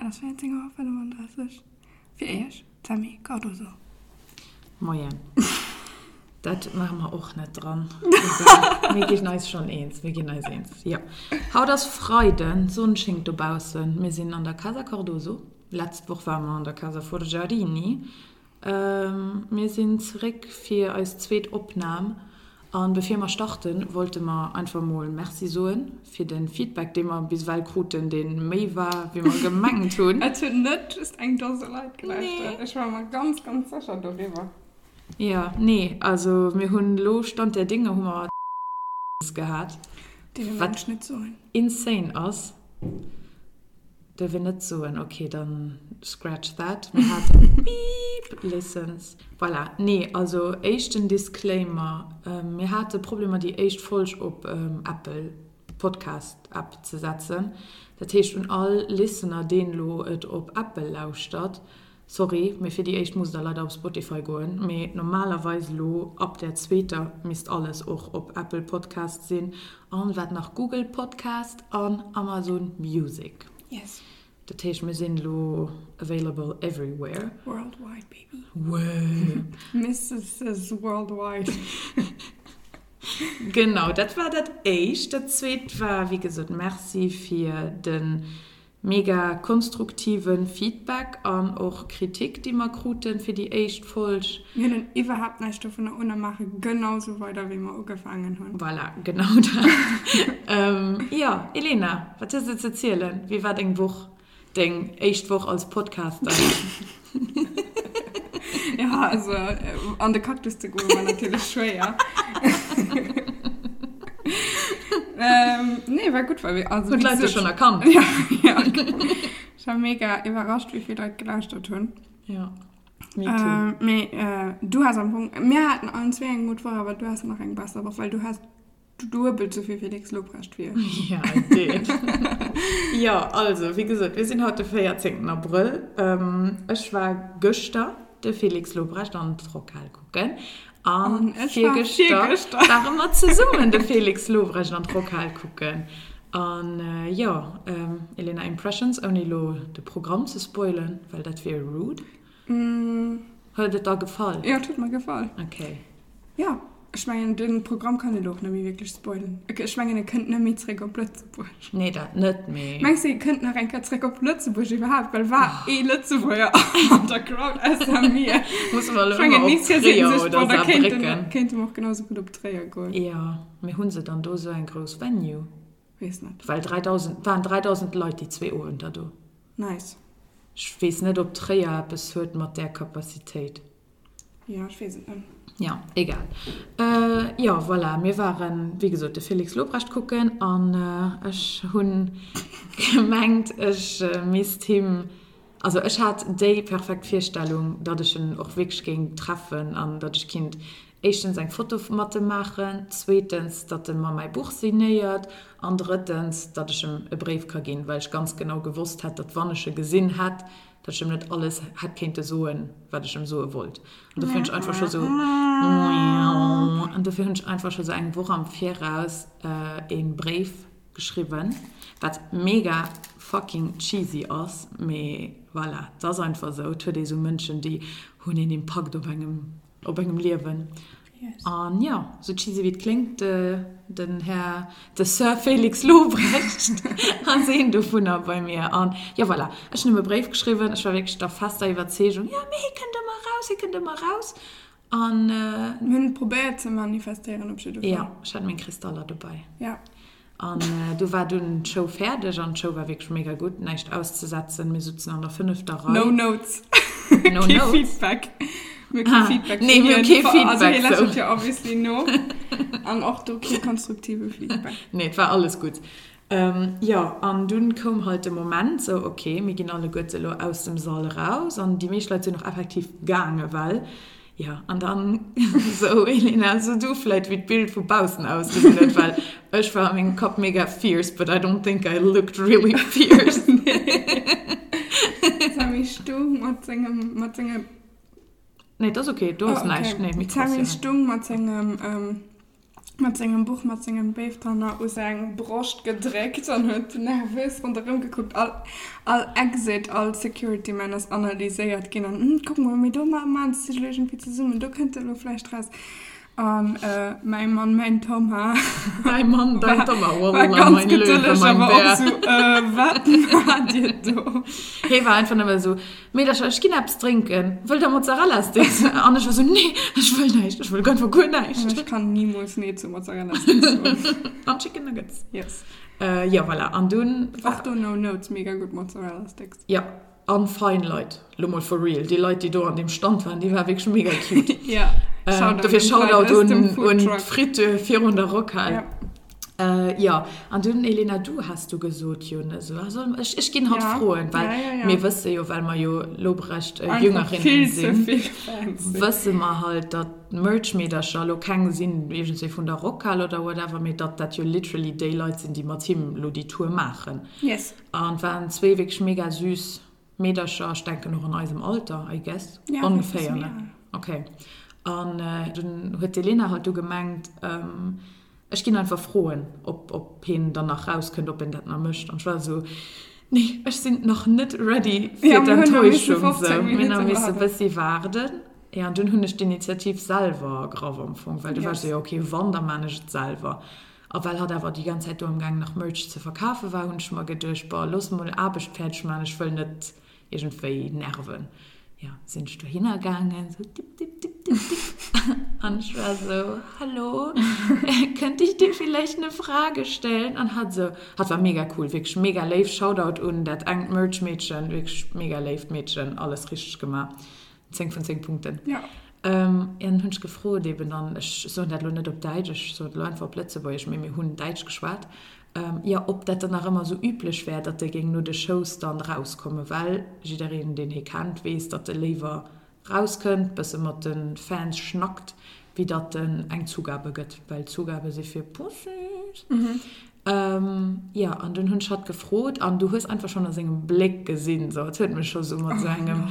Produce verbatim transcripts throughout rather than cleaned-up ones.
das wäre jetzt fünfunddreißig. Für ich, Tammy, Cardoso. Moin. Das machen wir auch nicht dran. Wir gehen uns schon eins. Wir gehen uns eins. Ja. Hau das Freude, so ein Schink du draußen. Wir sind an der Casa Cardoso. Letzte Woche waren wir an der Casa vor der Giardini. Ähm, wir sind zurück für als zweite Aufnahme. Und bevor wir starten, wollten wir einfach mal Merci sagen für den Feedback, den wir bis Weltkrouten den Mai war, wie wir gemeint haben. Also nicht, ist eigentlich doch so leid geleistet. Nee. Ich war mal ganz, ganz sicher darüber. Ja, nee, also wir haben los Stand der Dinge haben wir gehabt. Die wir nicht so insane aus. Der wir nicht so okay, dann scratch that. Wir hatten beep listens. Voilà, nee, also echt ein Disclaimer. Ähm, wir hatten Probleme, die echt falsch auf ähm, Apple Podcast abzusetzen. Das heißt, wenn alle Listener den lo et auf Apple lauscht, sorry, mir für die echt muss da leider auf Spotify gehen. Aber normalerweise lo ab der zweite müsst alles auch auf Apple Podcast sehen. Und was nach Google Podcast und Amazon Music. Yes. Das heißt, wir sind lo available everywhere. Worldwide, baby. Wow. Missus is worldwide. Genau, das war das erste. Das zweite war, wie gesagt, merci für den mega konstruktiven Feedback und auch Kritik, die wir kriegen für die erste Folge. Wir haben überhaupt nicht davon machen, genauso weiter, wie wir angefangen haben. Voilà, genau das. ähm, ja, Elena, was ist jetzt erzählen? Wie war deine Woche? Deine erste Woche als Podcaster? Ja, also äh, an den Kaktus zu gehen war natürlich schwer. ähm, nee, war gut, weil wir... Also, und Leute schon erkannt. Ja, ja. Ich war mega überrascht, wie viele Leute gelauscht haben. Ja, me too. Äh, me, äh, du hast am Punkt... Wir hatten allen zwei einen gut vor, aber du hast noch einen besser, weil du hast doppelt so viel Felix Lobrecht wie ich. Ja, den. Ja, also, wie gesagt, wir sind heute vierzehnten April. Ähm, ich war gestern der Felix Lobrecht an den Lokal gucken. Und vier gestern waren wir zusammen der Felix Lobrecht an den Lokal gucken. Und äh, ja, ähm, Elena Impressions, ohne lo das Programm zu spoilern, weil das wäre rude. Mm. Hat dir da gefallen? Ja, tut mir gefallen. Okay. Ja. Ich meine, den Programm kann ich doch nicht mehr wirklich spoilern. Ich meine, ihr könnt nicht mehr zurück auf Lützeburg. Nee, das nicht mehr. Meinst du, ihr könnt noch ein bisschen zurück auf Lützeburg überhaupt? Weil war oh. eh Lützeburger und der Crowd als an mir. Muss man immer auf Trier oder Saarbrücken. Könnte man auch genauso gut auf Trier gehen. Ja, wir haben sie dann da so ein großes Venue. Weiß nicht. Weil dreitausend, waren dreitausend Leute, die zwei Uhr unter da. Nice. Ich weiß nicht, ob Trier bis heute mit der Kapazität. Ja, ich weiß es nicht. Ja, egal. Äh, ja, voilà, wir waren, wie gesagt, der Felix Lobrecht gucken und äh, ich habe gemeint, ich äh, müsste ihm, also ich hatte die perfekte Vorstellung, dass ich ihn auch wirklich ging treffen und dass ich Kind erstens ein Foto mit machen, zweitens, dass er mir mein Buch signiert und drittens, dass ich ihm einen Brief kann geben, weil ich ganz genau gewusst habe, dass wenn ich ihn gesehen hat, dass ich ihm nicht alles hat könnte sagen, was ich ihm so wollte. Und da finde ich einfach schon so und da finde ich einfach schon so eine Woche am Voraus äh, einen Brief geschrieben, was mega fucking cheesy ist, aber voilà, das ist einfach so für diese Menschen, die haben einen Impact auf einem, auf einem Leben. Yes. Und ja, so cheesy wie es klingt, äh, den Herr, der Sir Felix Lobrecht, han sehen du von bei mir. Und ja, voilà, ich habe einen Brief geschrieben, ich war wirklich da fast der Überzeugung, ja, mir könnt ihr mal raus, ihr könnt ihr mal raus. Und äh, wir haben probiert zu manifestieren, ob sie das ja, ich hatte meinen Kristaller dabei. Ja. Und äh, du war du eine Show fertig und die Show war wirklich mega gut, nicht auszusetzen. Wir sitzen an der fünften Reihe. No notes. No notes. Feedback. Wir können ah, Feedback nee, wir können Feedback. Also hier lässt so. Ja obviously no. Und auch du okay konstruktive Feedback. Nee, es war alles gut. Ähm, ja, und dann kam halt der Moment, so okay, wir gehen alle gut aus dem Saal raus und die meisten Leute sind noch effektiv gegangen, weil ja, und dann so, Elena, also du vielleicht wie das Bild von Bausen ausgesehen, weil ich war in meinem Kopf mega fierce, but I don't think I looked really fierce. Jetzt habe ich stumm mit seinem... Nee, das ist okay, du hast oh, okay. nichts. Nee, jetzt habe ich stumm mit seinem ähm, mit seinem Buch, mit seinem Beeftanner aus seinem Brust gedreckt und hat nervös rundherum geguckt. All, all Exit, all Security-Men das analysiert. Gehen dann, hm, guck mal, mit du mal, Mann, das ist irgendwie zusammen, du könntest du vielleicht raus. Und äh, mein Mann, mein Thomas. Mein Mann, dein Thomas, war, war ganz geduldig, aber auch so, äh, was macht ihr da? Hey, war einfach nur so, Mädchen, ich kann etwas trinken. Will der Mozzarella-Sticks? Und ich war so, nee, ich will nicht, ich will ganz gut nicht. Ich kann niemals nicht zu Mozzarella-Sticks. Und Chicken Nuggets. Yes. Äh, ja, voilà. Und dann... Ach du, no notes, mega gut Mozzarella-Sticks. Ja. Und fein Leute, mal for real, die Leute, die da an dem Stand waren, die waren wirklich mega cute. Ja, ähm, dafür Shoutout und, und Fritte vierhundert Rockal. Ja. Äh, ja, und dann, Elena, du hast du gesagt, Jonas, also ich, ich gehe halt ja. freuen, weil ja, ja, ja. wir wissen ja, weil wir ja Lobrecht äh, Jüngerinnen sind, wissen wir halt, dass Merch-Mädchen noch keinen Sinn irgendwie von der Rockal oder whatever, mit dass das ja literally die Leute sind, die mit ihm die Tour machen. Yes. Und waren zwei wirklich mega süß. Mädchen, ich denke noch in unserem Alter, I guess. Ja, ungefähr. Ne? Okay. Und äh, dann hat Elena halt gemeint, ähm, ich gehe einfach frohen, ob, ob ihn danach rauskommt, ob ihn das noch möchte. Und ich war so, nee, ich bin noch nicht ready für ja, die Enttäuschung. Wir so. müssen ein bisschen warten. Ja, und dann habe ich die Initiative selber gerade empfangen, weil du yes. warst so, okay, wann der managt selber. Aber weil er aber die ganze Zeit im Gang nach Merch zu verkaufen war, und ich mal gedacht, boah, los mal Arbeit fertig machen, ich will nicht irgendwie nerven. Ja, sind du hingegangen, so tipp, tipp, tipp, tipp, tipp. Und ich war so, hallo, könnte ich dir vielleicht eine Frage stellen? Und hat so, hat war mega cool, wirklich mega live, Shoutout und das Merch-Mädchen, wirklich mega live Mädchen, alles richtig gemacht. zehn von zehn Punkten. Ja. Ähm, ich habe mich gefreut, eben dann, ich so nicht nicht auf Deutsch, ich so einfach Plätze, wo ich mit mir Hund Deutsch geschwätzt. Ähm, ja, ob das dann auch immer so üblich wäre, dass der gegen nur die Shows dann rauskommen, weil jeder, den ihr kennt, weiß, dass der lieber rauskommt, bis er mit den Fans schnackt, wie das dann eine Zugabe gibt, weil Zugabe sind für Pussys. Mhm. Ähm, ja, und dann habe ich halt gefreut und du hast einfach schon aus seinem Blick gesehen, so, das hat mich schon so mit seinem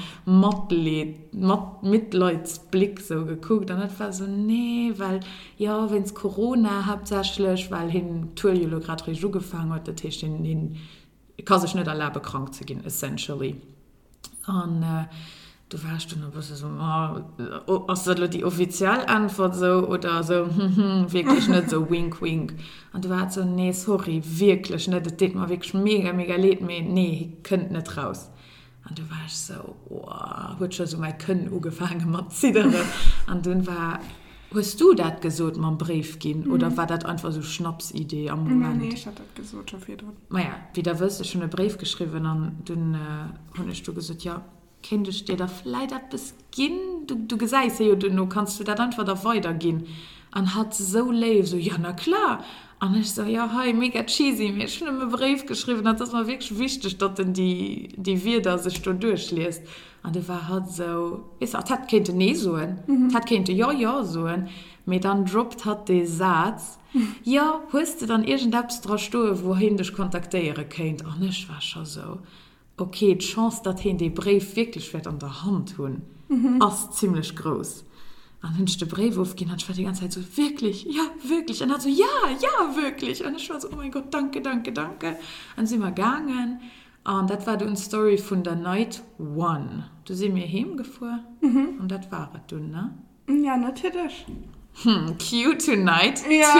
oh, Mitleidsblick so geguckt und das war so, nee, weil, ja, wenn es Corona hauptsächlich, weil hin Tourjolo gerade Regie gefangen hat, das heißt, den, den kann sich nicht erlauben, krank zu gehen, essentially. Und, äh, du warst dann ein bisschen so, oh, ist das die offizielle Antwort so oder so, wirklich nicht so wink, wink. Und du warst so, nee, sorry, wirklich nicht, das tut mir wirklich mega, mega leid, nee, ich könnte nicht raus. Und du warst so, wow, oh, hat schon so mein Können angefangen mit Zittern. Und dann war, hast du das gesagt, mit dem Brief gehen, mhm. oder war das einfach so Schnapsidee am Moment? Nee, ich hatte das gesagt, auf jeden Fall. Naja, wie du wirst, ich schon einen Brief geschrieben und dann äh, habe ich gesagt, ja, könntest du dir da vielleicht etwas gehen? Du, du gesagt, ja, du, du kannst du da einfach da weitergehen. Und hat so leid, so, ja, na klar. Und ich so, ja, hi, mega cheesy. Mir ist schon einen Brief geschrieben, und das war wirklich wichtig, dass dann die, die Wirda sich da durchliest. Und er war halt so, ist, das könnte nicht so sein. Mhm. Das könnte ja, ja so sein. Aber dann droppt hat der Satz, mhm. ja, hast du dann irgendetwas dran stehen, wohin dich kontaktieren könnt? Und ich war schon so, okay, die Chance, dass er den Brief wirklich wird an der Hand tun, mhm. ist ziemlich groß. Und dann ist der Brief aufgehen, und ich war die ganze Zeit so, wirklich, ja, wirklich. Und er hat so, ja, ja, wirklich. Und ich war so, oh mein Gott, danke, danke, danke. Und sind wir gegangen. Und das war die Story von der Night One. Du siehst mir heimgefahren, mhm. und das war es dann, ne? Ja, natürlich. Hm, cute tonight, ja.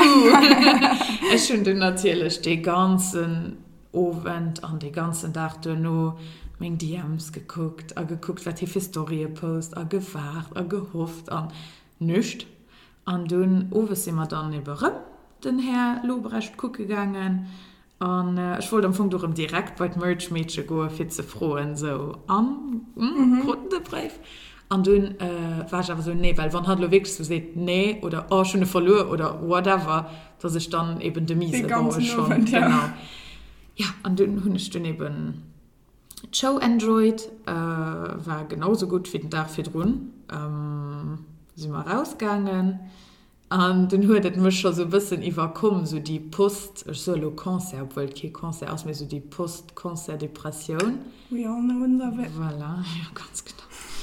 too. Ich finde natürlich die ganzen Abend und den ganzen Tag nur meine D Ms geguckt, und geguckt, was die für Story post, und gewacht, und gehofft, und nichts. Und dann sind wir dann neben den Herr Lobrecht gucken gegangen. Und äh, ich wollte am Anfang durch direkt bei den Merch-Mädchen gehen, für zu freuen, so, am mhm. roten Brief. Und dann äh, war ich aber so, nee, weil wenn halt wirklich so sagt, nee, oder oh, schon verloren, oder whatever, dass ich dann eben die Miese baue schon. Moment, ja. Genau. Ja, und dann habe ich dann eben Show Android, äh, war genauso gut wie den Tag für drin. Ähm, sind wir rausgegangen. Und dann hat es mich schon so ein bisschen überkommen, so die Post, so ein Konzert, obwohl kein Konzert aus mir, so die Post-Konzert-Depression. We all know in the way. Voilà, ja, ganz genau.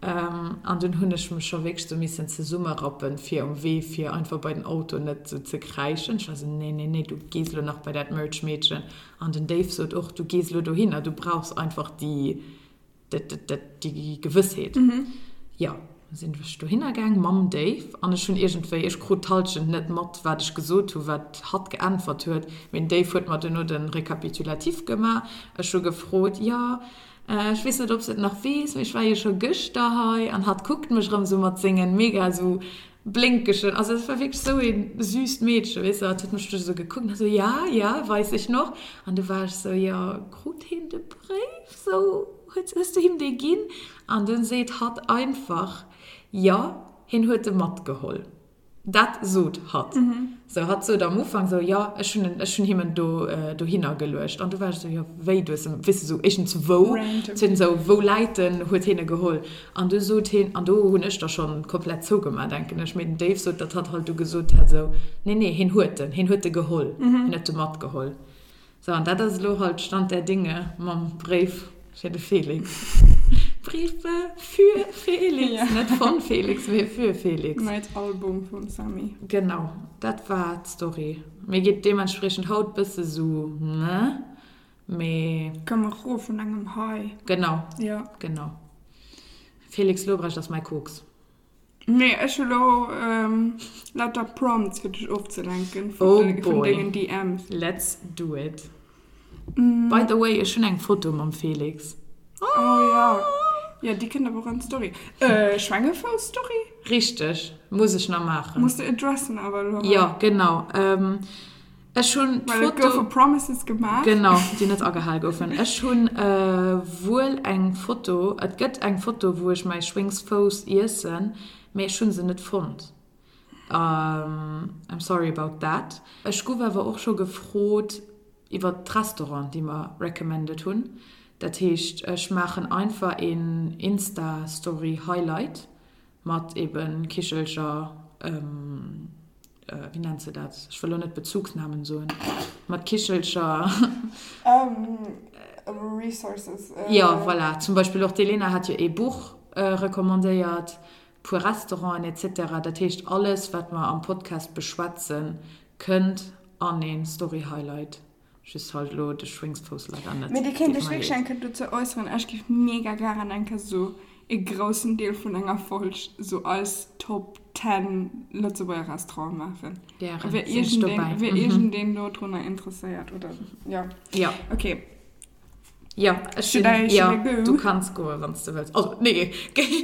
Ähm, an den Hund ich mich schon wirklich so ein bisschen zu Summe rappen für um weh für einfach bei dem Auto nicht so zu kreischen. Ich also nee nee nee du gehst nur noch bei der Merch-Mädchen und den Dave so doch du gehst nur dahin, du brauchst einfach die die, die, die, die Gewissheit. Mhm. Ja, sind wir da hingegangen, Mom Dave und ich schon irgendwie ich brutal nicht mit was ich gesagt habe, was hat geantwortet. Wenn Dave hat mir dann nur den Rekapitulativ gemacht, ich schon gefragt ja. Äh, ich weiß nicht, ob es noch weiß, ich war ja schon gestern und hat guckt mich rum so mit singen, mega so blinkischen. Also es war wirklich so ein süßes Mädchen, weißt du, hat mich so geguckt und so, ja, ja, weiß ich noch. Und du warst so, ja, gut hin den Brief, so, jetzt hast du ihm den gehen. Und dann seht hat einfach, ja, hin heute Matt geholt. Das so hat. Mhm. So hat so am Anfang so, ja, ich schon, ich schon jemand da, äh, da hingelöscht. Und du warst so, ja, wei, du weißt du, so, ich bin wo, sind so, wo Leuten hat ihn geholt. Und du so, hin, und du hast ich da schon komplett zugemacht, denke ich. Mit Dave so, das hat halt du gesagt, hat so, nee, nee, hin hat den, hin hat den geholt, mhm. hin hat den Matt geholt. So, und das ist halt Stand der Dinge, mein Brief, ich hätte Felix. Briefe für Felix, ja. Nicht von Felix, wie für Felix. Mein Album von Sami. Genau, das war die Story. Mir geht dementsprechend heute ein bisschen so, ne? Me... Kann man rufen von einem Hai. Genau, ja. Genau. Felix Lobrecht, das ist mein Koks. Nee, ich will auch ähm, lauter Prompts für dich aufzulenken. Von, oh den, von den D Ms. Let's do it. Mm. By the way, ist schon ein Foto mit Felix. Oh, oh ja. Ja, die kennen aber auch eine Story. Äh, Schwangerschaftsstory? Richtig, muss ich noch machen. Musst du adressen, aber du ja, genau. Ähm, es schon Weil Foto... Weil Promises gemacht. Genau, die nicht auch gehalten. Es schon äh, wohl ein Foto, es gibt ein Foto, wo ich mein Schwingsfuß esse, aber ich schon sie nicht fand. Um, I'm sorry about that. Ich habe aber auch schon gefragt über das Restaurant, die wir recommended haben. Das heißt, ich mache einfach ein Insta-Story-Highlight mit eben Kichelcher, ähm, äh, wie nennt sie das? Ich will auch nicht Bezugsnamen so. Mit Kichelcher... um, Resources. Äh, ja, voilà. Zum Beispiel auch die Lena hat ja ein Buch äh, rekommandiert für Restaurant et cetera. Das heißt, alles, was wir am Podcast beschwatzen, könnt an den Story-Highlight. Ich ist halt lo, der Schwingsfuß leider nicht. Mit die Kinder Schwingschenke du zu äußeren, ich gebe mega gerne denke so einen großen Teil von einer Folge so als Top zehn Lützeburger Restaurant machen. Ja, wer irgendeinen dort drunter interessiert oder ja. Ja. Okay. Ja, ich bin, I, ja du kannst gehen, wenn du willst. Also, nee.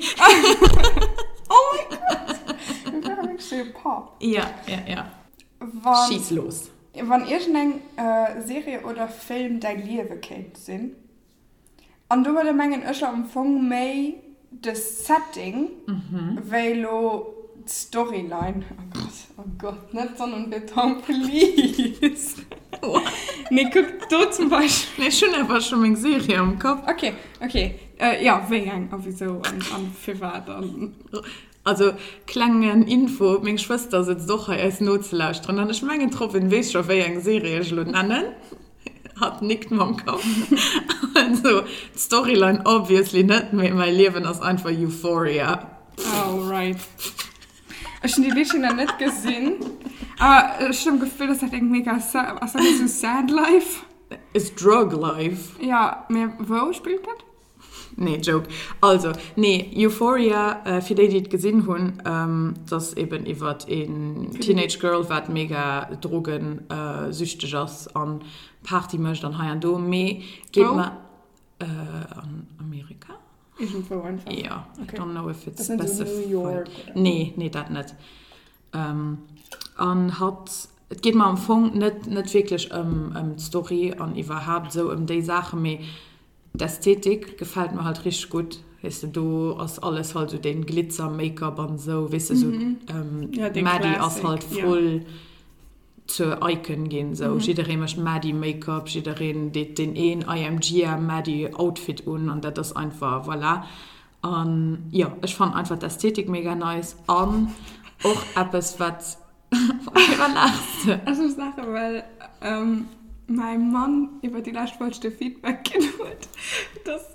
Oh mein Gott. Ich bin wirklich so pop. Ja, ja, ja. Was? Schieß los. Wenn irgendeine äh, Serie oder Film dein Leben kennt sind und du würdest meinen, ich am Anfang mehr das Setting, mhm. weil du die Storyline, oh Gott, oh Gott, nicht sondern Beton, please. Nee, guck, du zum Beispiel. Nee, schon einfach schon meine Serie im Kopf. Okay, okay. Äh, ja, wegen, sowieso, an, an für weiter. Also, kleinen Info, meine Schwester sitzt doch als Notzelauscht drin. Und ich meine, drauf, in weiß schon, wie eine Serie ich nennen. Hat nicht mehr im Kopf. Also, Storyline obviously nicht mehr. Mein Leben ist einfach Euphoria. Oh, right. Ich habe die Liedchen noch nicht gesehen. Aber ich habe das Gefühl, das hat irgendwie mega sad, was heißt so Sad Life? Ist Drug Life. Ja, mehr, wo spielt das? Nee, Joke. Also, nee, Euphoria, äh, für die, die es gesehen haben, ähm, das eben über ein Teenage Girl, was mega Drogen äh, süchtig ist und Party möchte dann hier und da. Mehr geht oh. man äh, an Amerika? Irgendwo einfach. Ja, okay. I don't know if it's specified. Das ist New York? Oder? Nee, nee, das nicht. Ähm, und hat, es geht mir am Anfang nicht, nicht wirklich um, um die Story und überhaupt so um die Sachen, mehr die Ästhetik gefällt mir halt richtig gut. Weißt du, du hast alles halt so den Glitzer, Make-up und so, weißt du, so, ähm, ja, Maddie ist halt voll ja. zur Icon gehen, so. Mhm. Jeder macht Maddie Make-up, jeder den, den einen I M G Maddie Outfit an und das ist einfach, voilà. Und ja, ich fand einfach die Ästhetik mega nice. Und auch etwas, was, was lachst du? Also, ich sage, weil, ähm, mein Mann über die letzte Feedback genutzt, dass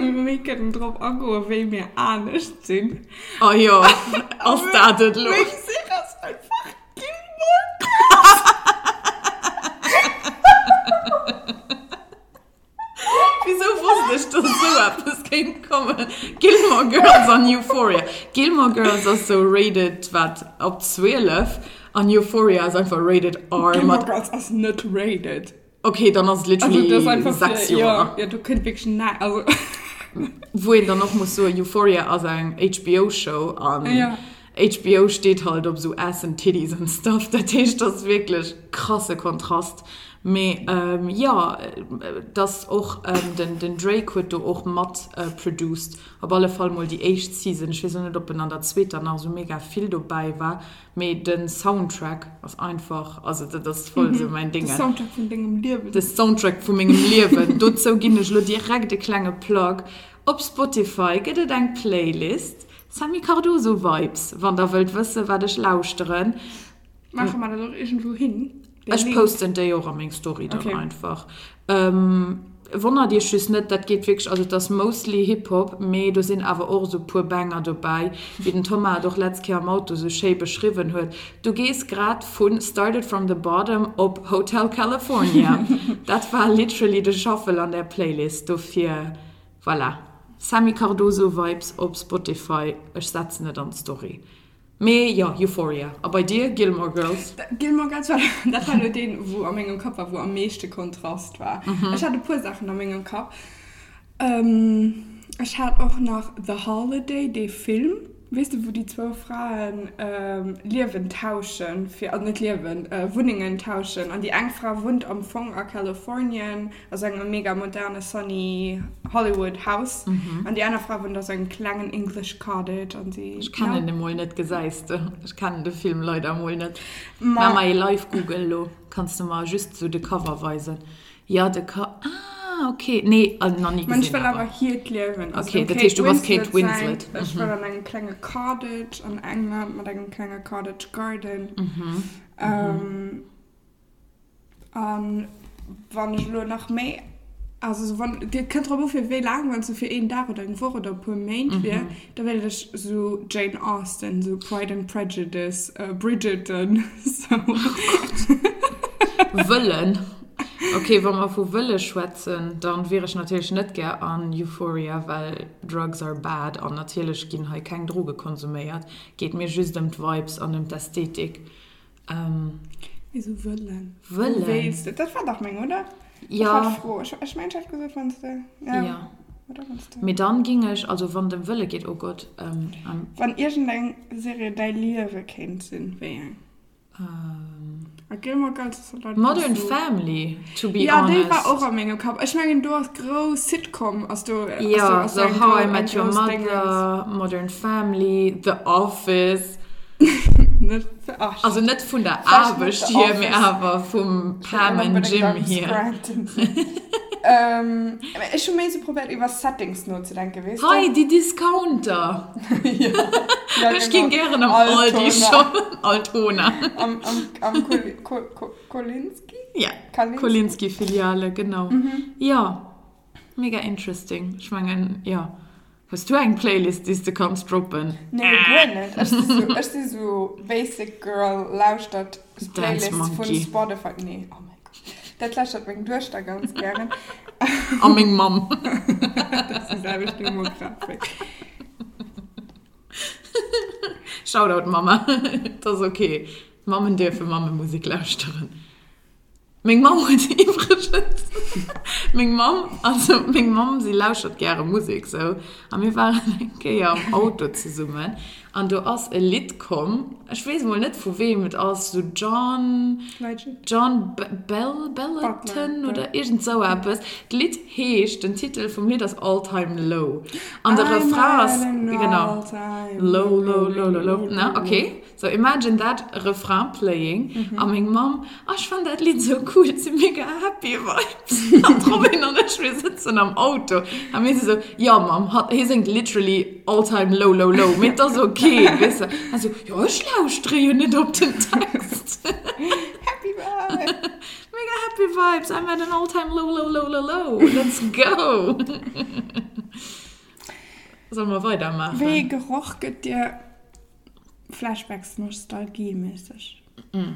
wir können drauf angehen, weil wir auch nicht sind. Oh ja, als das das los. Ich sehe das einfach Gilmore Girls. Wieso wusste ich, dass so etwas kann kommen? Gilmore Girls an Euphoria. Gilmore Girls ist so rated, was, ab zwölf. Und Euphoria ist einfach rated R. Gilmore Girls ist nicht rated. Okay, dann ist es literally also das ist einfach sechs für, Jahre. Ja, ja, du könnt wirklich nein, also... Wohin dann noch muss so Euphoria als ein H B O-Show an. Ja. H B O steht halt auf so Ass and Titties und Stuff. Das ist das wirklich krasse Kontrast. Aber ähm, ja, das auch ähm, den, den Drake wird auch matt äh, produced. Auf alle Fall mal die erste Season. Ich weiß nicht, ob in der zweiten noch so mega viel dabei war. Aber den Soundtrack ist einfach, also das, das ist voll so mein Ding. Der Soundtrack von meinem Leben. Der Soundtrack von meinem Leben. Dazu gehe ich direkt einen kleinen Plug. Auf Spotify gibt es eine Playlist. Sammy Cardoso Vibes. Wenn ihr wollt wissen, was ich lausche. Machen wir da doch irgendwo hin. Den ich Link. Poste die auch an meine Story dann okay. einfach. Ähm, wundert ihr schüss nicht, das geht wirklich, also das ist mostly Hip-Hop, aber da sind aber auch so pure Banger dabei, wie den Thomas doch letztes Jahr am Auto so schön beschrieben hat. Du gehst gerade von Started from the Bottom auf Hotel California. Das war literally der Shuffle an der Playlist. Dafür, voilà. Sammy Cardoso Vibes auf Spotify. Ich setze nicht an die Story. Me, ja, Euphoria. Aber bei dir, Gilmore Girls? Da, Gilmore Girls war, das war nur den, wo am meinem Kopf war, wo am meisten Kontrast war. Mhm. Ich hatte ein paar Sachen am meinem Kopf. Ähm, ich hatte auch noch The Holiday, den Film. Weißt du, wo die zwei Frauen ähm, Leben tauschen, für, also nicht Leben, äh, Wohnungen tauschen. Und die eine Frau wohnt am Fong in Kalifornien, also ein mega modernes, sunny Hollywood Haus. Mhm. Und die andere Frau wohnt in so einem kleinen English Cottage. Und sie, ich kann ja. den mal nicht gesagt. Ich kann den Film leider mal nicht. Ma Mama, ich live google, kannst du mal just so den Cover weisen. Ja, der Cover. Ah, okay. Nee, also noch nie gesehen. Ich will aber, aber hier klären. Also okay, das heißt, du warst Kate Winslet. Sein, ich mhm. war in einem kleinen Cottage in England mit einem kleinen Cottage Garden. Mhm. Ähm, und wenn ich nur noch mehr, also wenn, ihr könnt auch für wie lange, wenn so für einen Tag oder eine Woche oder pro Monat mhm. wäre, da wäre ich so Jane Austen, so Pride and Prejudice, uh, Bridgerton, so. Wollen. Okay, wenn wir von Wille schwätzen, dann wäre ich natürlich nicht gerne an Euphoria, weil Drugs are bad und natürlich gehen halt keine Drogen konsumiert. Geht mir just um die Vibes und um die Ästhetik. Ähm, Wieso Willen? Willen? Willst du? Das war doch mein, oder? Ja. Ich war froh. Ich, ich meine, ich habe gesagt, wenn du... Ja. ja. Mit dann ging ich, also wenn dem Wille geht, oh Gott. Ähm, um, wenn irgendeine Serie dein Liebe kennt, sind wir. Ähm... Modern so. Family, to be ja, honest. Ja, die war auch am Ende gehabt. Ich meine, du hast groß Sitcom, als du... Ja, als du, so How I Met Your Mother, Modern Family, The Office. nicht, ach, also nicht von der Arbeit hier, mehr aber vom Pam und Jim hier. ähm, ich habe mir so probiert, über Settings nur zu denken, weißt du? Hi, die Discounter. ja. ja. Ich ging gerne am Aldi schon. Altona. Am, am, am Kol Kol Kol Kolinski? Ja, Kolinski-Filiale, genau. Mhm. Ja, mega interesting. Ich meine, ja. Hast du eine Playlist, die du kannst droppen? Nee, ah. gar nicht. Ich bin so, ich so Basic Girl, lauscht das Playlist von Spotify. Nee, oh mein Gott. Das lauscht wegen durch da ganz gerne. Oh, meine Mom. Das ist eine Stimmografik. Shoutout, Mama. Das ist okay. Mama dürfen Mama Musik lauschen. Meine Mom hat übrigens, meine Mom, also meine Mom, sie lauscht gerne Musik, so. Und wir waren ja am Auto zusammen. Und du hast ein Lied gekommen, ich weiß mal nicht von wem, mit aus so John, John B Bell, Bellerton oder irgend so etwas. Das Lied heißt, den Titel vom Lied ist All Time Low. Und der Refrain ist, genau, low, low, low, low, low. Na, okay. So imagine that Refrain playing. Mhm. Und meine Mom, oh, ich fand das Lied so cool, sie sind mega happy vibes. Und Robin und ich, wir sitzen am Auto. Und wir so, ja, Mom, he singt literally all time low, low, low. Mit das okay, weißt du? Also, ja, ich lausche ja nicht auf den Text. Happy vibes. Mega happy vibes. I'm at an all time low, low, low, low, low. Let's go. Sollen wir weitermachen? Wie Geruch geht dir Flashbacks nostalgiemäßig? Mhm.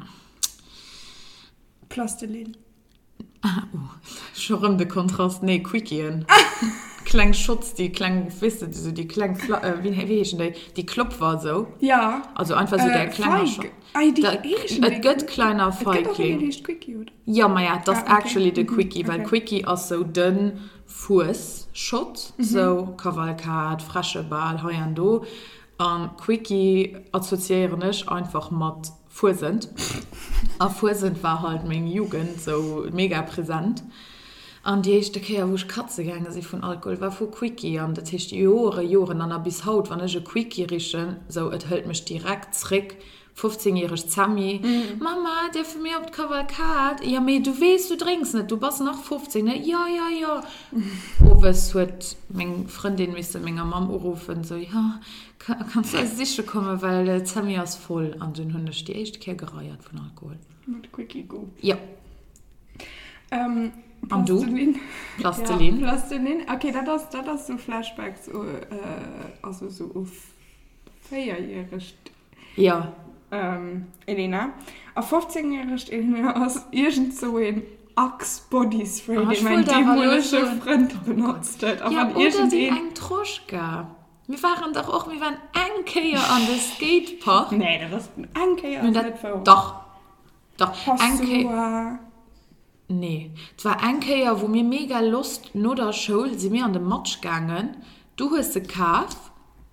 Plastilin. Ah, oh. Schon um den Kontrast. Nee, Quickien. Klang Schutz, die klang, wisst ihr, so die klang, äh, wie, wie ist die, die Klopf war so. Ja. Also einfach so äh, der kleine Schutz. Es gibt kleiner Feigling. Es gibt Quickie, oder? Ja, aber ja, das ist ah, okay. actually der Quickie, Mhm, weil okay. Quickie ist so dünn Fuß, Schutz, mhm. so Kavalkad, frische Ball, hier und da. Und Quickie assoziieren ich einfach mit Fußend. Und Fußend war halt meine Jugend so mega präsent. Und die erste Kehr, wo ich Katze gegangen sind von Alkohol, war von Quickie. Und das ist Jahre, Jahre, dann bis heute, wenn ich ein Quickie rieche, so, es hält mich direkt zurück. fünfzehnjährig Sammy, mm. Mama, der für mich auf die Kavalkade. Ja, aber du weißt, du trinkst nicht, du bist noch fünfzehn, ne? Ja, ja, ja. Mm. Oh, was wird meine Freundin müssen meine Mama rufen, so, ja, kann, kannst du als sicher kommen, weil der Sammy ist voll. Und dann habe ich die erste Kehr gereiert von Alkohol. Mit Quickie go. Ja. Ähm, Und du? Plastilin. Plastilin. Ja, Plastilin. Okay, das ist das ist so Flashbacks, uh, also so auf vierjährig. Ja. Ähm, Elena. Auf fünfzehnjährig Elena aus irgend so ein Axe Body Spray, oh, den mein dämonischer Freund benutzt hat. Ja, ja oder die ein Troschka. Wir waren doch auch, wir waren ein Kehr an der Skatepark. Nee, das ist ein Kehr an der Doch. Doch. Ein Kehr. Nee, es war ein Kehr, wo mir mega Lust, nur der Schule, sind wir an den Match gegangen. Du hast den Kaff.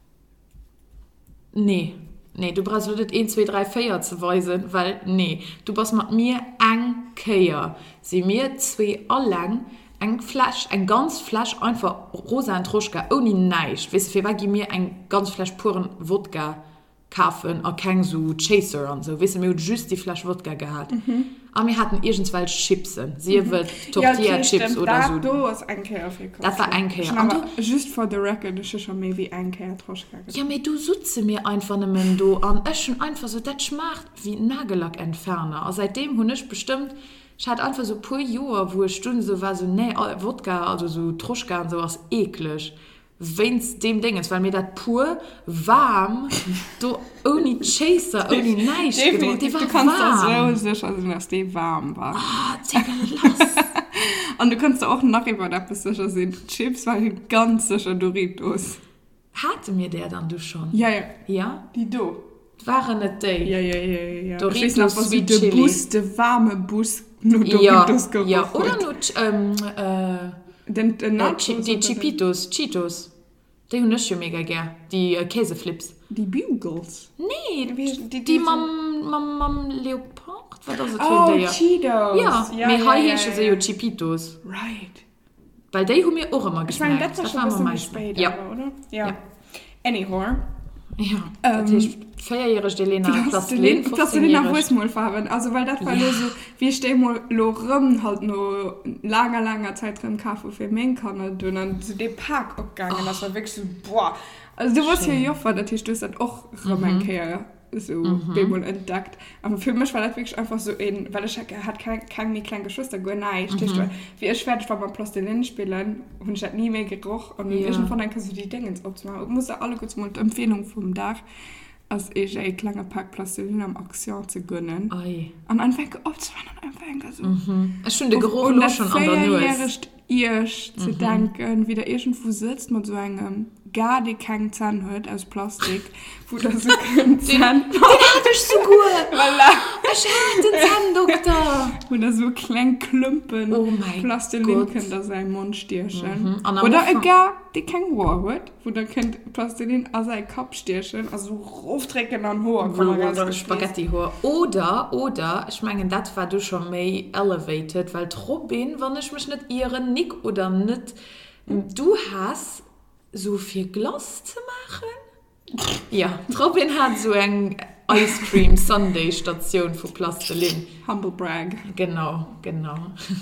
Nee. Nee, du brauchst nur das eins, zwei, drei, vier zu weisen, weil, nee, du bist mit mir ein Kehr. Sie mir zwei allein, ein Flasch, ein ganz Flasch, einfach rosa und Troschka, ohne Neisch. Weißt du, für was ich mir ein ganz Flasch puren Wodka kaufen, und kein so Chaser und so. Weißt du, wir haben just die Flasche Wodka gehabt. Mhm. Aber wir hatten irgendwann Chipsen. Sie mhm. wird Tortilla-Chips ja, oder da, so. Du hast ein Kehr aufgekommen. Das war ein Kehr. Aber just for the record, das ist schon mehr wie ein Kehr Troschka. Ja, aber du sitzt mir einfach nicht mehr da an. Es ist schon einfach so, das schmeckt wie Nagellackentferner. Und seitdem habe ich bestimmt, ich hatte einfach so ein paar Jahre, wo ich Stunden so war, so, nee, Wodka, also so Troschka und sowas eklig. Wenn es dem Ding ist, weil mir das pur warm, du ohne Chaser, ohne Neisch gedrückt, die war du kannst warm. das so sicher sein, dass die warm war. Ah, oh, los. Und du kannst auch noch über das sicher sehen. Chips waren ganz sicher Doritos. Hatte mir der dann du schon? Ja, ja. Ja? Die du. Waren nicht die? Ja, ja, ja, ja. Doritos, ich weiß noch, was Sweet der Chili. Bus, der warme Bus, nur Doritos ja, ja, oder nur, ähm, äh, den, den äh, Ch- die Chipitos, Cheetos. Die habe ich schon mega gern. Die äh, Käseflips. Die Bugles? Nee, die, die, die, die Mam, Mam, Mam Leopard? Was das oh, der? Cheetos. Ja, ja, wir ja, haben ja, hier ja, ja. Chipitos. Right. Weil die haben wir auch immer geschmeckt. Ich meine, das, das war schon ein bisschen später, ja. oder? Ja. ja. Anyhow. Ja, ähm, das ist vierjährige Elena Plastilin, Plastilin nach Westmolfarben. Also, weil das war ja. nur so, wir stehen mal rum, halt nur langer, langer Zeit drin Kaffee für meinen Kanne, und dann zu dem Park abgegangen. Oh. Das war wirklich so, boah. Also, du warst hier ja auch, dass ich das auch rumkehren. Mhm. So mhm. entdeckt. Aber für mich war das wirklich einfach so ein, weil ich hatte keine, keine kleine Geschwister, gar nicht. Mhm. Wie ich fertig war beim Plastilin spielen und ich hatte nie mehr gerochen. Und ja. ich von dann kannst du die Dinge ins Optimum. Ich musste alle kurz mal Empfehlung vom Dach, als ich ein kleiner Pack Plastilin am Auktion zu gönnen. Oi. Und einfach aufzumachen und einfach so. Mhm. Es ist schon der Geruch und schon an der Nuss. Ihr zu mhm. danken, wie der irgendwo sitzt mit so einem gar die keinen Zahn hat aus Plastik, wo da so kein Zahn... Den hatte ich so gut! Voilà. Ich hatte den Zahndoktor! Wo da so kleine Klumpen oh mein Plastilin Gott. können da sein Mundstierchen. Mhm. Oder gar die kein Rohr hat, wo da könnt Plastilin aus sein Kopfstierchen, also raufdrücken an Haar. Oder Spaghetti-Haar. Oder, oder, ich meine, das war du schon mehr elevated, weil Robin, wenn ich mich nicht irre, Nick oder nicht, du hast so viel Glas zu machen? Ja, Robin hat so eine Ice Cream Sunday Station für Plastilin. Humble brag. Genau, genau.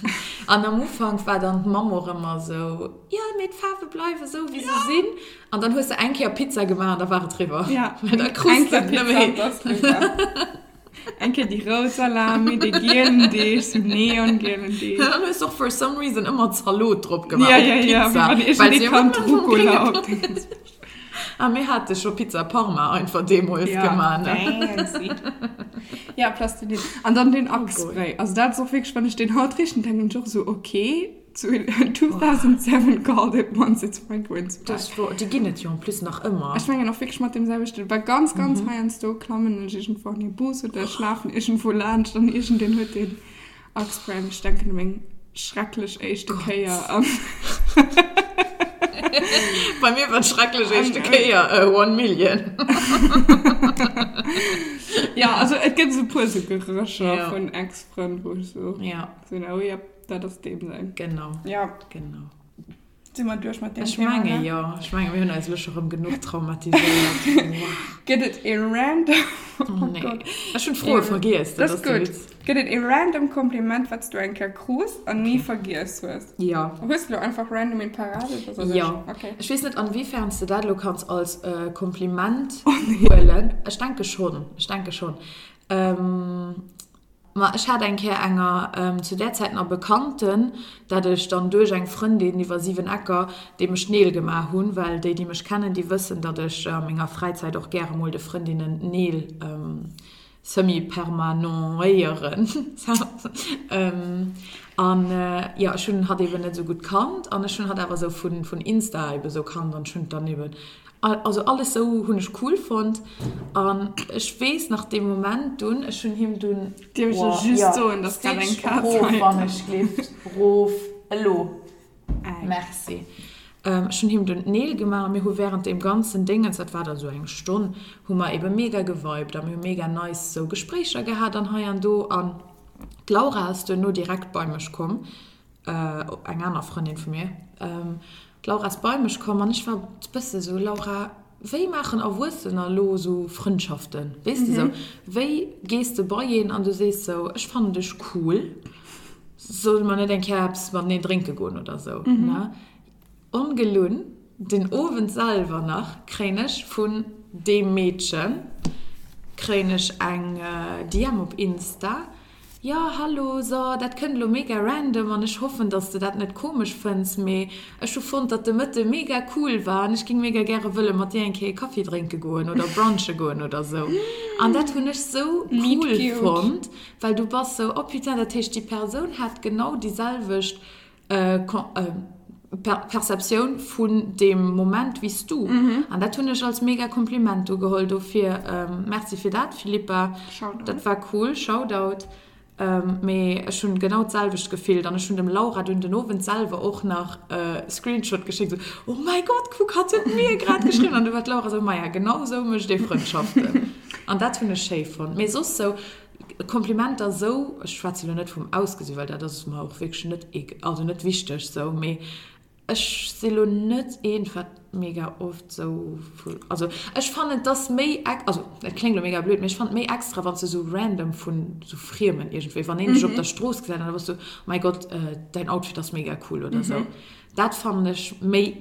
An am Anfang war dann die Mama immer so, ja, mit Farbe bleiben so, wie ja. sie sind. Und dann hast du ein Kehr Pizza gemacht und da war es drüber. Ja, weil da krustet nicht mehr. Enke die Rotsalami, die gelben Dish, die neongelben Dish. Ja, dann ist doch for some reason immer Salat drauf gemacht. Ja, ja, ja, Pizza, weil ich weil die sie kann immer vom Rucola Krieg- auf. Ah, mir hatte schon Pizza Parma einfach Demos Ja, gemacht. Ne? fancy. Ja, Plastilin. Und dann den Achsspray. Also das ist auch wirklich, wenn ich den Haut rieche, denke ich auch so, okay, zu zweitausendsieben called it once its fragrance. Das war, die gehen nicht ja plus noch immer. Ich meine noch wirklich mit demselben Stil. Bei ganz, ganz Mhm. high-end Store klammen ich irgendwo in die Busse oder schlafen irgendwo Lunch, dann ich den heute den Achsspray. Ich denke, ich bin schrecklich echte Keier am... Bei mir wird schrecklich echte Keier, uh, one million. Ja, also es gibt so pure so Gerüche Ja. von Ex-Freund, wo ich so... Ja, So, oh ja, das ist dem sein. genau, Ja, genau. sind wir durch mit dem Ich Thema, meine, ne? ja, ich meine, wir haben uns schon genug traumatisiert. Geht es in random... Oh, nee. Gott. Ich bin schon froh, Ja, vergisst Das ist gut. Geht es in random Kompliment, was du ein Kerl grüßt und nie vergisst wirst. Ja. Hörst du einfach random in Parade? Oder so? Ja. Okay. Ich weiß nicht, inwiefern du das du kannst als äh, Kompliment holen. Ich denke schon. Ich denke schon. Ähm, ma- ich hatte einen einer ähm, zu der Zeit noch Bekannten, dass ich dann durch eine Freundin, die war sieben Äcker, dem Schnee gemacht habe, weil die, die mich kennen, die wissen, dass ich ähm, in der Freizeit auch gerne mal die Freundinnen Nähl ähm, semi-permanentieren. so. ähm, und äh, ja, schon hat eben nicht so gut kannt, und schon hat aber so von, von Insta eben so kannt und schon daneben. Also alles so, was ich cool fand. Und ich weiß, nach dem Moment, tun, ich schon ihm tun. Die haben schon just so, und das kann ein Katz Ruf, sein. wenn ich gelebt. Ruf, hallo. Merci. Ähm, schon ihm den Nähl gemacht, wir haben während dem ganzen Ding, das war da so eine Stunde, haben wir eben mega geweibt, haben wir mega nice so Gespräche gehabt, dann hier und da, und Laura ist dann nur direkt bei mir gekommen, äh, eine andere Freundin von mir, ähm, Laura ist bei mir gekommen, und ich war ein bisschen so, Laura, wie machen auch Wurzeln so Freundschaften, weißt du so, wie gehst du bei ihnen und du siehst so, ich fand dich cool, so man nicht denkt, ja, hab's mal nicht trinken gehen oder so, mhm. ne? Ungelungen, den Ofen selber nach, kriege ich von dem Mädchen, kriege ich ein äh, D M auf Insta. Ja, hallo, so, das klingt mega random, und ich hoffe, dass du das nicht komisch findest, aber ich fand, dass die Mitte mega cool war, und ich ging mega gerne wollen, mit dir einen Kaffee trinken gehen oder brunchen gehen oder so. Und das fand ich so cool fand, weil du bist so, oh putain, das heißt, die Person hat genau dieselbe äh, kon- äh, Per- Perzeption von dem Moment, wie du. Mhm. Und das habe ich als mega Kompliment geholt dafür. Ähm, merci für das, Philippa. Shoutout. Das war cool, Shoutout. Ähm, mir schon genau dasselbe gefehlt. Dann schon dem Laura und den Oven selber auch nach äh, Screenshot geschickt. So, oh mein Gott, guck, hat sie mir gerade geschrieben. Und du warst Laura so, ja, genau so möchte ich Freundschaften. Und das finde ich schön von. Mir so so Komplimente so, ich schwatze nicht vom Ausgesehen, weil das ist mir auch wirklich nicht, also nicht wichtig. So, mir, ich sehe nicht einfach mega oft so viel. Also ich fand das mehr, also das klingt mega blöd, aber ich fand mehr extra, wenn sie so random von so Firmen irgendwie, wenn ich mhm. auf der Straße gesehen habe, dann warst du, oh mein Gott, äh, dein Outfit ist mega cool oder mhm. so. Das fand ich mehr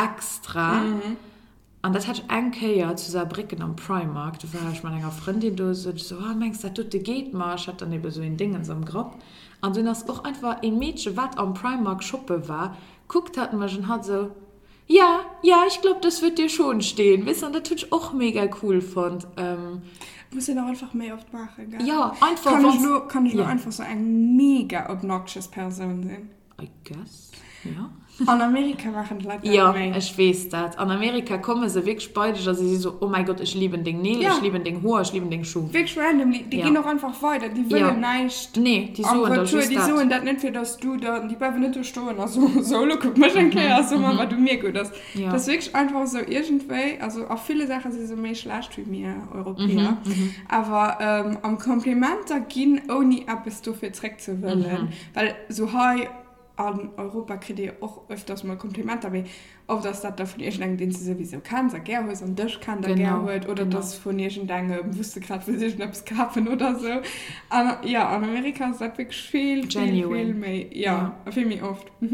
extra. Mhm. Und das hatte ich eigentlich ja zu Saarbrücken am Primark. Da war ich mit einer Freundin da, so, so oh, meinst du, das tut geht mal? Ich hatte dann eben so ein Ding in so einem Grab. Und dann ist auch einfach ein Mädchen, was am Primark shoppen war, guckt hat mich und hat so, ja, ja, ich glaube, das wird dir schon stehen. Weißt du, und das tut ich auch mega cool fand. Ähm, muss ich noch einfach mehr oft machen, gell? Ja, einfach. Kann ich nur, kann ich ja. nur einfach so eine mega obnoxious Person sein? I guess, ja. In Amerika machen die Leute ja, mehr. ich weiß das. In Amerika kommen sie wirklich beide, dass sie so, oh mein Gott, ich liebe den Nägel, ja. ich liebe den Haar, ich liebe den Schuh. Wirklich random, die, die ja. gehen auch einfach weiter, die wollen ja. nicht. Nee, die so und das Die so und das nicht für das du da, die bleiben nicht stehen, also so, guck mal, schon okay, also mal, was du mir gut hast. Ja. Das ist wirklich einfach so irgendwie, also auch viele Sachen sind so mehr schlecht wie wir Europäer, mhm, mhm. aber ähm, am Kompliment da gehen ohne etwas dafür zurückzuwollen, mhm. weil so hey, an Europa kriegt ihr auch öfters mal Komplimente, aber ob das das von irgendeinem, den sie sowieso kann, sagt er heute und das kann der genau, gerne oder genau. Das von irgendeinem wusste gerade für sich etwas kaufen oder so. Aber ja, in Amerika ist das wirklich viel, viel, viel mehr. Ja, ja. Viel mehr oft. Mhm.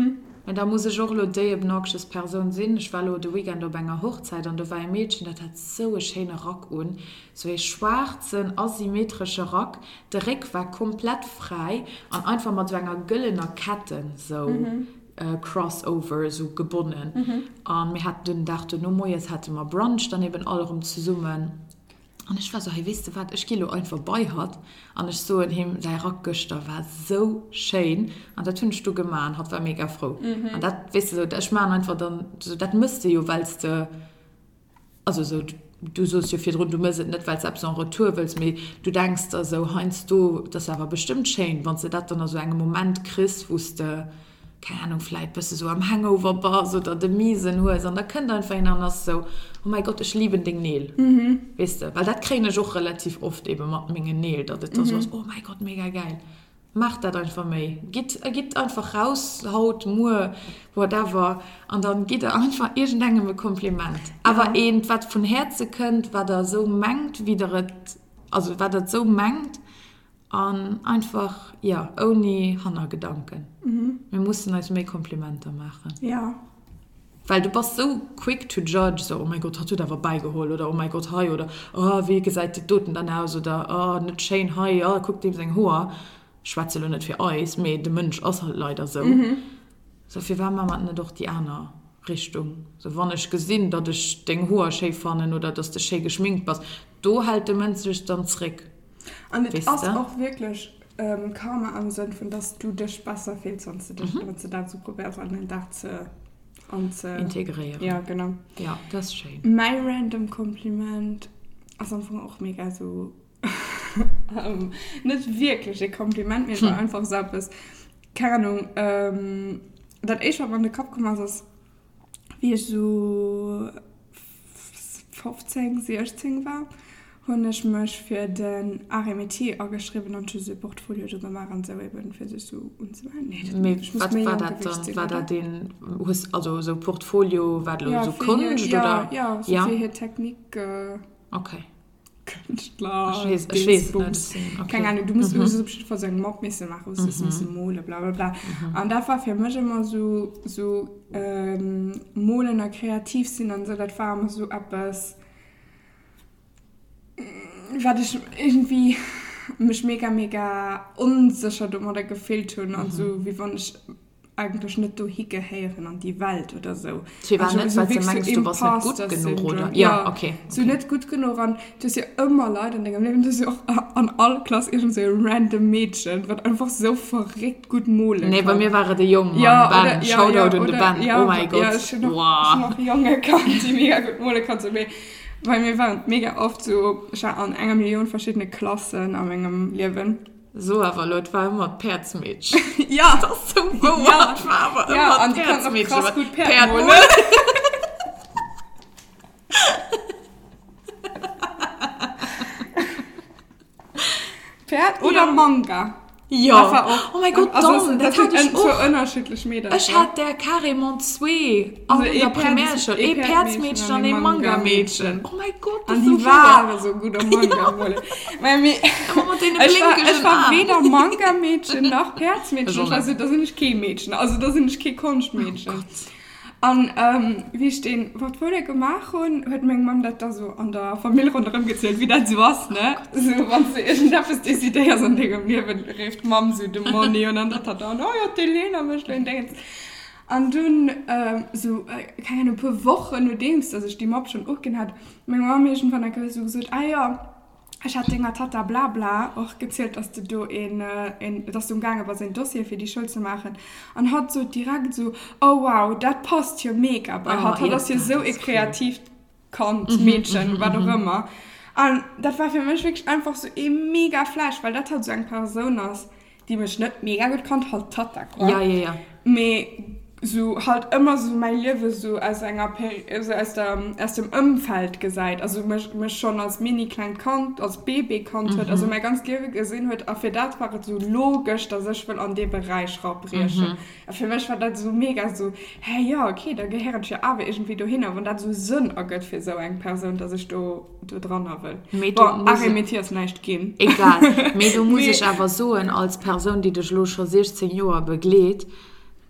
Und da muss ich auch noch die obnoxious Person sehen. Ich war noch den Weekend auf einer Hochzeit und da war ein Mädchen, das hat so einen schönen Rock an. So einen schwarzen, asymmetrischen Rock. Der Rock war komplett frei und einfach mit so einer goldenen Kette, so mhm. äh, Crossover, so gebunden. Mhm. Und wir hatten gedacht, no, jetzt hatten wir Brunch, dann eben alle rum zusammen. Und ich war so, hey, weißt du was, ich gehe einfach vorbei hat. Und ich so in ihm, sein Rockgüster war so schön. Und das hast du gemacht, hat war mega froh. Mhm. Und das, weißt du, so, das meine einfach dann, so, das müsste ja, weil du, also so, du sollst ja viel drin, du musst nicht, weil du ab so eine Retour willst, aber du denkst, also, Heinz, du, das ist aber bestimmt schön, wenn du das dann so einen Moment kriegst, wo du, keine Ahnung, vielleicht bist du so am Hangover-Bar oder der Miesen und da könnt ihr einfach einander so, oh mein Gott, ich liebe den Nähl. Mhm. Weißt du, weil das kriege ich auch relativ oft eben mit meinen Nähl, dass das mhm. so ist, oh mein Gott, mega geil. Mach das einfach mehr. Geht, geht einfach raus, haut, Mur, whatever, und dann geht er einfach irgendeinem ein Kompliment. Aber ja. Irgendwas von Herzen könnt, was er so mengt, wie der, also was er so mengt, und einfach, ja, ohne Hanna-Gedanken. Mhm. Wir mussten uns mehr Komplimente machen. Ja. Weil du bist so quick to judge, so, oh mein Gott, hast du da vorbeigeholt, oder oh mein Gott, hi, oder oh, wie gesagt, die Toten dann aus, oder oh, nicht schön, hi, oh, guck dem sein Haar. Schwätze nicht für uns, aber der Mensch ist halt leider so. Mhm. So viel war man nicht doch die andere Richtung. So, wenn ich gesehen, dass ich den Haar schön fand, oder dass du schön geschminkt bist, da hält der Mensch sich dann zurück. Und es ist auch wirklich ähm, kaum am Sinn, von dass du dich besser fühlst, sonst du dich mhm. du dazu probierst, an den Tag zu, und zu integrieren. Ja, genau. Ja, das ist schön. Mein random Kompliment ist einfach auch mega so, um, nicht wirklich ein Kompliment, mir war hm. einfach so etwas, keine Ahnung, ähm, dass ich aber in den Kopf gekommen ist, wie ich so fünfzehn, sechzehn war. Und ich mich für den R M I T angeschrieben und für das Portfolio gemacht und so eben für das so und so. Nee, was war das dann? Sehen, war das den, also so Portfolio, war das ja, so Kunst ja, oder? Ja, so ja. Für Technik. Äh, okay. Künstler, ich weiß, ich weiß nicht. Okay. Keine Ahnung, du musst mhm. so für so einen Mob müssen machen, du musst müssen malen, bla bla bla. Mhm. Und das war für mich immer so, so ähm, malen und kreativ sind und so, das war immer so etwas, was ich irgendwie mich mega, mega unsicher oder gefehlt habe. Mhm. Und so, wie wenn ich eigentlich nicht so hingehören an die Welt oder so. Sie war also, nicht, so weil du meinst, du warst nicht gut genug, oder? Ja, ja, okay. So okay. Nicht gut genug. Und du hast ja immer Leute in deinem Leben, du hast ja auch an alle Klassen irgendwie so random Mädchen, die einfach so verrückt gut malen. Nee, bei mir waren die Jungen, ja, Band, oder, Shoutout ja, ja, und die Band. Ja, oh mein Gott. Ja, ich habe noch, wow. noch Junge gekannt, die mega gut malen kannst. Weil wir waren mega oft so, ich war an einer Million verschiedene Klassen an meinem Leben. So, aber Leute, war immer Perzmädchen. Ja. Das ist so gut. Ja, war aber ja, immer und die kann auch krass gut Perz malen. Perd oder ja. Manga? Ja. Auch, oh mein Gott, also, Dom, das, das hatte ich auch. So unterschiedlich Mädels. Ich ja. hatte der Carrément zwei. Also in der Primärschule. Ein Perzmädchen und ein Manga-Mädchen. Oh mein Gott, das und ist die so waren so gut am Manga. Weil mir, ich war, ich war weder Manga-Mädchen noch Perzmädchen. Also das sind nicht kein Mädchen. Also das sind nicht kein Kunstmädchen. Oh und ähm, wie ich den Portfolio gemacht habe, hat meine Mama das da so an der Familie rundherum gezählt, wie das so was, ne? So, wenn sie irgendwas ist, ist die Idee so ein Ding, und mir rief Mama so die Money und dann hat er dann, oh ja, die Lena möchte ich denken. Und dann, ähm, so, äh, keine Ahnung, ein paar Wochen nur denkst, dass ich die Mob schon aufgehört hat, meine Mama mir schon von der Küche so gesagt, ah ja, ich hatte den Tata bla bla auch gezählt, dass du da in, in, dass du umgegangen warst, ein Dossier für die Schule zu machen. Und hat so direkt so, oh wow, das passt hier mega. Weil oh, hat, hat das hier so kreativ gekannt, cool. Mädchen, mhm, was auch immer. Und das war für mich wirklich einfach so ein mega Flash, weil das hat so eine Person aus, die mich nicht mega gut kannt, halt Tata. Ja, ja, ja. Aber so halt immer so mein Leben so aus einer Peri- also aus, der, aus dem Umfeld gesagt, also mich, mich schon als mini klein kannt, als Baby kannt, mhm. also mein ganz Leben gesehen hat, auch für das war es so logisch, dass ich will an den Bereich rabriechen. Mhm. Für mich war das so mega so, hey ja, okay, da gehören ich ja aber irgendwie da hin, und das so Sinn ergibt für so eine Person, dass ich da, da dran will. Boah, Arithmetik ist nicht gehen. Egal, du musst ich aber so als Person, die dich schon sechzehn Jahre begleitet,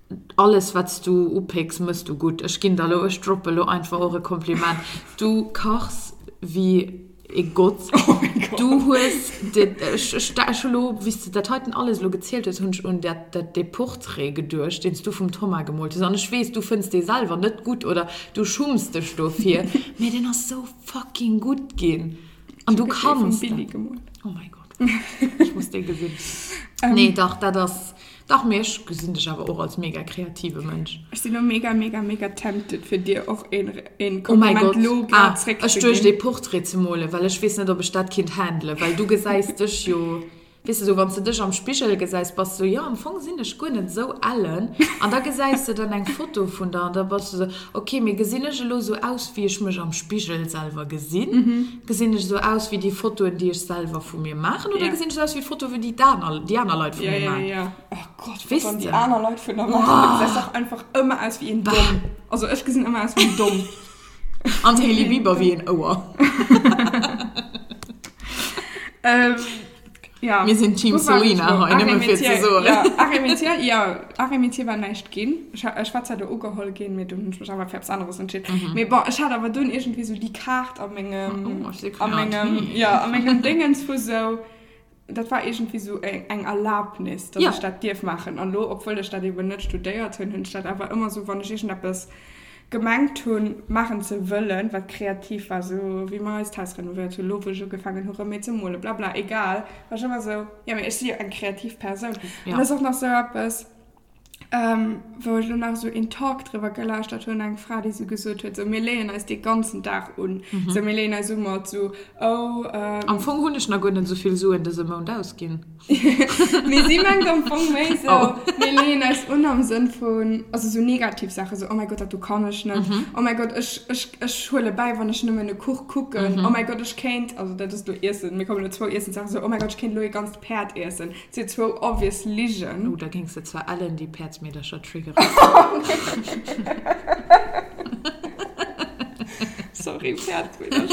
alles, was du uppickst, musst du gut. Ich gehe da, ich droppe einfach eure Kompliment. Du kochst wie ein Gott. Oh mein Gott. Du hast, wie du das heute alles so gezählt hast und der, der, der Porträt gedurcht, den du vom Thomas gemalt hast. Und ich weiß, du findest den selber nicht gut oder du schumst den Stoff hier. Mir den hast so fucking gut gehen. Und du kannst. Oh mein Gott. Ich muss den gewinnen. um, nee, doch, da das. Doch, mir sind ich aber auch als mega kreative Mensch. Ich bin nur mega, mega, mega tempted für dir auch in, in oh mein Gott, ah, ich durch die Porträt zu malen, weil ich weiß nicht, ob ich das Kind handle, weil du gesagt dich ja, weißt du, so, wenn du dich am Spiegel gesagt hast, du, ja, am Anfang sind ich gar nicht so allen, und da gesagt du dann ein Foto von da, und da warst du so, okay, mir gesehen ich so aus, wie ich mich am Spiegel selber gesehen, mhm. gesehen ich so aus, wie die Fotos, die ich selber von mir mache, oder ja. gesehen ich so aus, wie die Fotos, wie die, Dana, die anderen Leute von ja, mir ja, machen. Ja, ja, oh Gott, weißt du? Die anderen Leute von mir machen, das ist auch einfach immer aus wie ein Dumm. Also ich gesehen immer aus wie ein Dumm. Und Hailey Bieber wie ein Ohr. ähm, Ja. Wir sind Team Selina heute, nicht mehr viel zu sagen. Ja, Arimitia, ja, Arimitia war nicht gehen. Ich, ich war zwar der Ugeholt gehen mit und ich habe für etwas anderes entschieden. Mhm. Aber ich hatte aber dann irgendwie so die Karte an meinem, oh, oh, an meinem, ja, an meinem Dingens für so, das war irgendwie so ein, ein Erlaubnis, dass ja. ich das darf machen. Und lo, obwohl ich das eben nicht studiert habe, ich das aber immer so, wenn ich irgendetwas gemeint tun machen zu wollen, was kreativ war, so wie man als Teilsrenoviert, so logisch gefangen, höre mit zum Mole, bla bla, egal. War schon mal so, ja, aber ich sehe eine Kreativperson. Ja. Und das ist auch noch so etwas, ähm, wo ich dann auch so in Talk drüber gelauscht habe, und eine Frau, die so gesagt hat, so Milena ist den ganzen Tag und mhm. so Milena ist immer so, oh, ähm... Am Anfang habe ich noch gar nicht so viel so, dass sie immer und ausgehen. Nee, sie meint am Anfang mehr so, oh. Milena ist unam Sinn von, also so Negativsachen, so, oh mein Gott, du kannst nicht, mhm. oh mein Gott, ich, ich, ich hole bei, wenn ich nicht mehr eine Kuch gucke, mhm. oh mein Gott, ich kennt, also das ist nur Essen, wir kommen nur zwei Essen sagen so, oh mein Gott, ich kenne nur ganz Pferd essen. Sie hat zwei obvious liegen. Oh, da ging es jetzt zwar alle in die Pferd mir das schon triggern. Sorry, Pferd.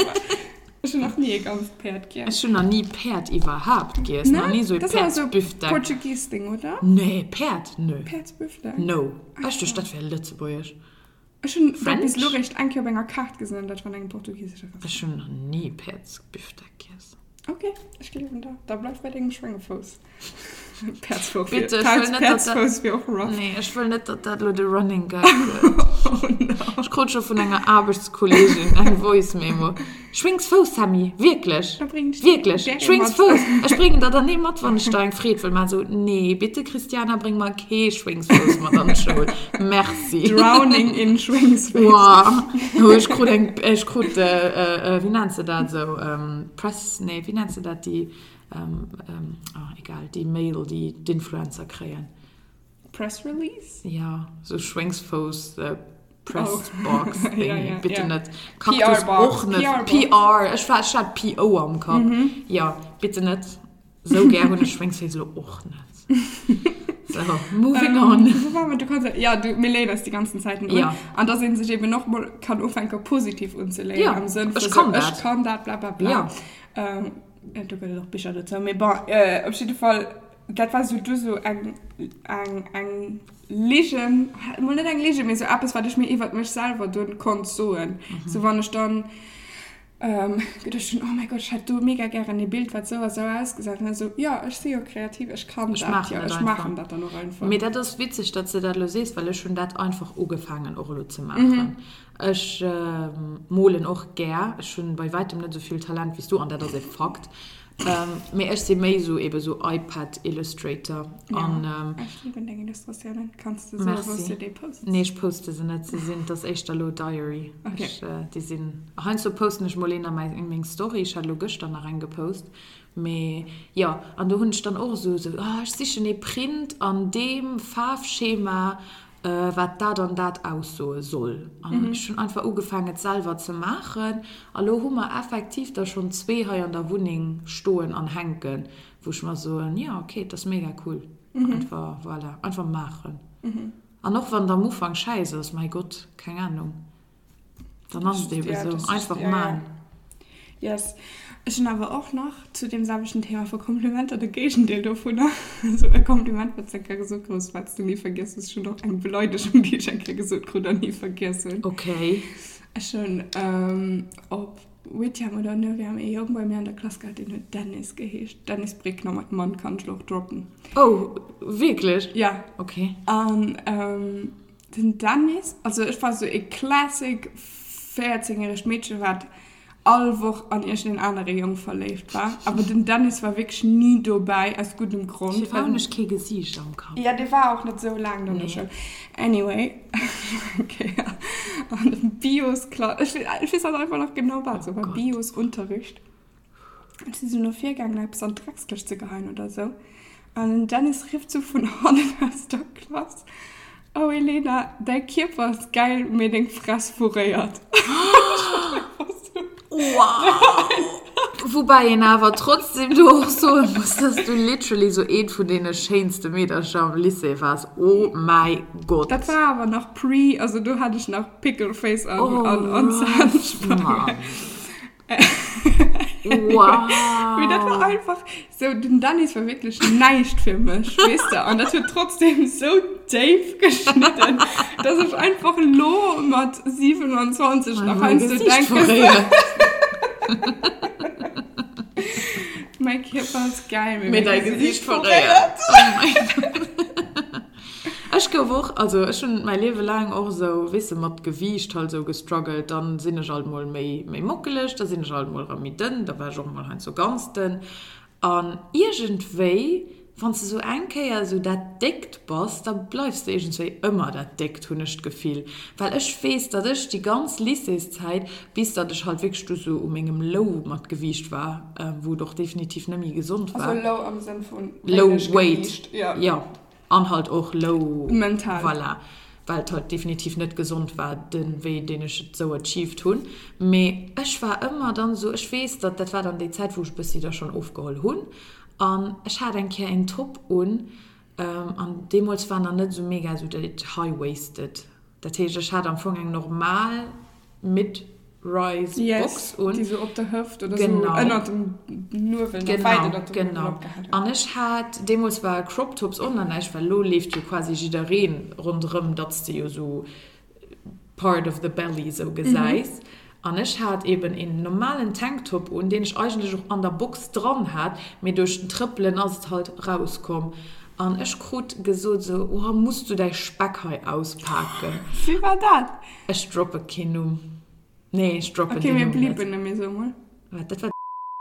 Ich habe noch nie ganz Pferd gegessen. Ich habe noch nie Pferd überhaupt gegessen. Ne? Noch nie so das Pferdsbüfter. Das ist so ein Portugies Ding, oder? Nee, Pferd, nö. Pferdsbüfter? No. Weißt du, das wäre Lützeburg. Ich habe bis nur recht ein Jahr bei einer Karte gesehen, das war ein portugiesischer Fass. Ich habe noch nie Pferdsbüfter gegessen. Okay, ich glaube da. Da bleibt bei dem Schwingefuß. Pferdsfuß. Bitte, ich will nicht, Pferdsfuß wie auch rough. Nee, ich will nicht, dass das der Running Gag wird. Oh no. Ich kriege schon von einer Arbeitskollegin ein Voice-Memo. Schwingsfuß, Sammy, wirklich. Wirklich. Schwingsfuß. Ich bringe da dann nicht mit, wenn ich da ein Fried will. Mal so, nee, bitte, Christiana, bring mal kein Schwingsfuß mit an die Schule. Merci. Drowning in Schwingsfuß. Wow. Oh, ich kriege, ich kriege, äh, äh, wie nennst du das so? Ähm, Press, nee, wie nennst du das, die, ähm, ähm, oh, egal, die Mail, die die Influencer kreieren. Press Release? Ja, so Schwingsfuß, äh, Pressbox, oh. ja, ja, bitte ja. nicht. P R-Box. P R, ich war schon P O am Kopf. Mhm. Ja, bitte nicht. So gerne und Schwingsfuß auch nicht. So, moving um, on. Du kannst, ja, du, Milena ist die ganzen Zeiten. Ja. Und da sind sich eben noch mal, kann anfangen, positiv umzulegen. Ja, im Sinne ich so, kann das. Ich kann das, bla bla bla. Ja. Ähm, du kannst doch Bücher dazu. Aber bon, äh, auf jeden Fall, das war so, du so ein, ein, ein Legend, mal nicht ein Legend, aber so etwas, was ich mir über mich selber tun konnte, so. Mhm. So, wenn ich dann, ähm, gedacht schon, oh mein Gott, ich hätte mega gerne ein Bild, was so so ausgesagt. Und so, ja, ich sehe auch kreativ, ich kann ich das, ja, ich mache das dann auch einfach. Mir das ist witzig, dass du das siehst, weil ich schon das einfach angefangen habe zu machen. Mhm. Ich äh, malen auch gerne, ich habe bei weitem nicht so viel Talent, wie du, und das ist ein Fakt. Ähm, mir ist sie mehr so eben so iPad Illustrator. Ja, und, ähm, ich liebe deine Illustrationen. Kannst du so, was du dir postest? Nee, ich poste sie nicht. Sie sind das echte Low Diary. Okay. Ich, äh, die sind, heute so posten ich mal in meiner Story, ich habe gestern da reingepostet. Aber ja, und du hast dann auch so, so oh, ich sehe schon ein Print an dem Farbschema, Uh, was da dann das aussehen soll. Und mhm. ich habe einfach angefangen, selber zu machen. Also haben wir effektiv da schon zwei hier in der Wohnung stehen und hängen, wo ich mir so, ja, okay, das ist mega cool. Mhm. Einfach, voilà, einfach machen. Mhm. Und auch wenn der Anfang scheiße ist, mein Gott, keine Ahnung. Dann ist es eben ja, so, einfach ist, ja, machen. Ja. Yes. Ich bin aber auch noch zu dem selben Thema für Komplimente oder Gegenteil davon. Also ein Kompliment wird ja so groß, falls du nie vergisst. Das ist schon noch eine Beleidigung, die ich eigentlich so groß nie vergessen. Okay. Schon, ähm, ob William oder ne, wir haben eh irgendwo bei mir in der Klasse gehabt, den hat Dennis geheischt. Dennis Brickner, mit Mann kann ich auch droppen. Oh, wirklich? Ja. Okay. Und, ähm, den Dennis, also ich war so ein Classic vierzehnjähriges Mädchen, was alle Woche an irgendeinen anderen Jungen verliebt war. Aber den Dennis war wirklich nie dabei, aus gutem Grund. Ich war auch nicht kein Gesicht am Kopf. Ja, der war auch nicht so lange. Nee. Schon. Anyway. Okay, ja. Und Bios, klar. Ich, ich weiß auch einfach noch genau was. Aber oh Bios Unterricht. Und sie sind nur vier gegangen, bis an Dreckskiste geheim oder so. Und Dennis rief so von Hornen aus der Klasse. Oh, Elena, dein Körper ist geil, mir den Fress furiert. Wow! Wobei ich aber trotzdem du auch so musst, dass du literally so ein von den schönsten Meterschauen Lycée warst. Oh mein Gott. Das war aber noch pre, also du hattest noch Pickleface an oh, und Zahnspange. Wow. Wie das war einfach so, den Dennis war wirklich nicht für mich, weißt du? Und das wird trotzdem so tief geschnitten, dass ich einfach low mit siebenundzwanzig noch eins zu denken. Mein Körper ist geil. Mit deinem Gesicht verrät. Oh mein Gott. Ich glaube auch, also ich schon mein Leben lang auch so, weißt du, mit Gewicht halt so gestruggelt, dann sind ich halt mal mehr, mehr muckelig, dann sind ich halt mal mehr dünn, da war ich auch mal halt so ganz dünn. Und irgendwie, wenn du so einkehr so da dickt bist, dann bleibst du irgendwie immer da dickt, habe ich das Gefühl. Weil ich weiß, dass ich die ganze Lycée-Zeit, bis dass ich halt wirklich so um meinem Low mit Gewicht war, äh, wo doch definitiv nicht mehr gesund war. Also low am Sinn von low weight. Gewicht. Ja. Ja. Und halt auch low mental, voilà, weil es halt definitiv nicht gesund war, den Weg, den ich so achieved habe. Aber ich war immer dann so, ich weiß, dass das war dann die Zeit, wo ich bis da schon aufgeholt habe. Und ich hatte ein Jahr einen Top und ähm, und damals war dann nicht so mega so high-waisted. Das heißt, ich hatte am Anfang normal mit Rise yes, Box und die so auf der Hüfte oder genau. so ändert nur wenn genau, Feinde da genau. Und ich hatte, damals war Crop Tops online, weil lo lief ja quasi jeder rundherum, dass die so part of the belly so gesagt. Mhm. Und ich hatte eben einen normalen Tanktop und den ich eigentlich auch an der Box dran hatte, mir durch den Trippeln als halt rauskommen. Und ich habe gesagt, so, oh, musst du dein Speck auspacken? Wie war das? Ich droppe Kino. Nee, ich droppe okay, wir blieben nicht mehr so mal. Das war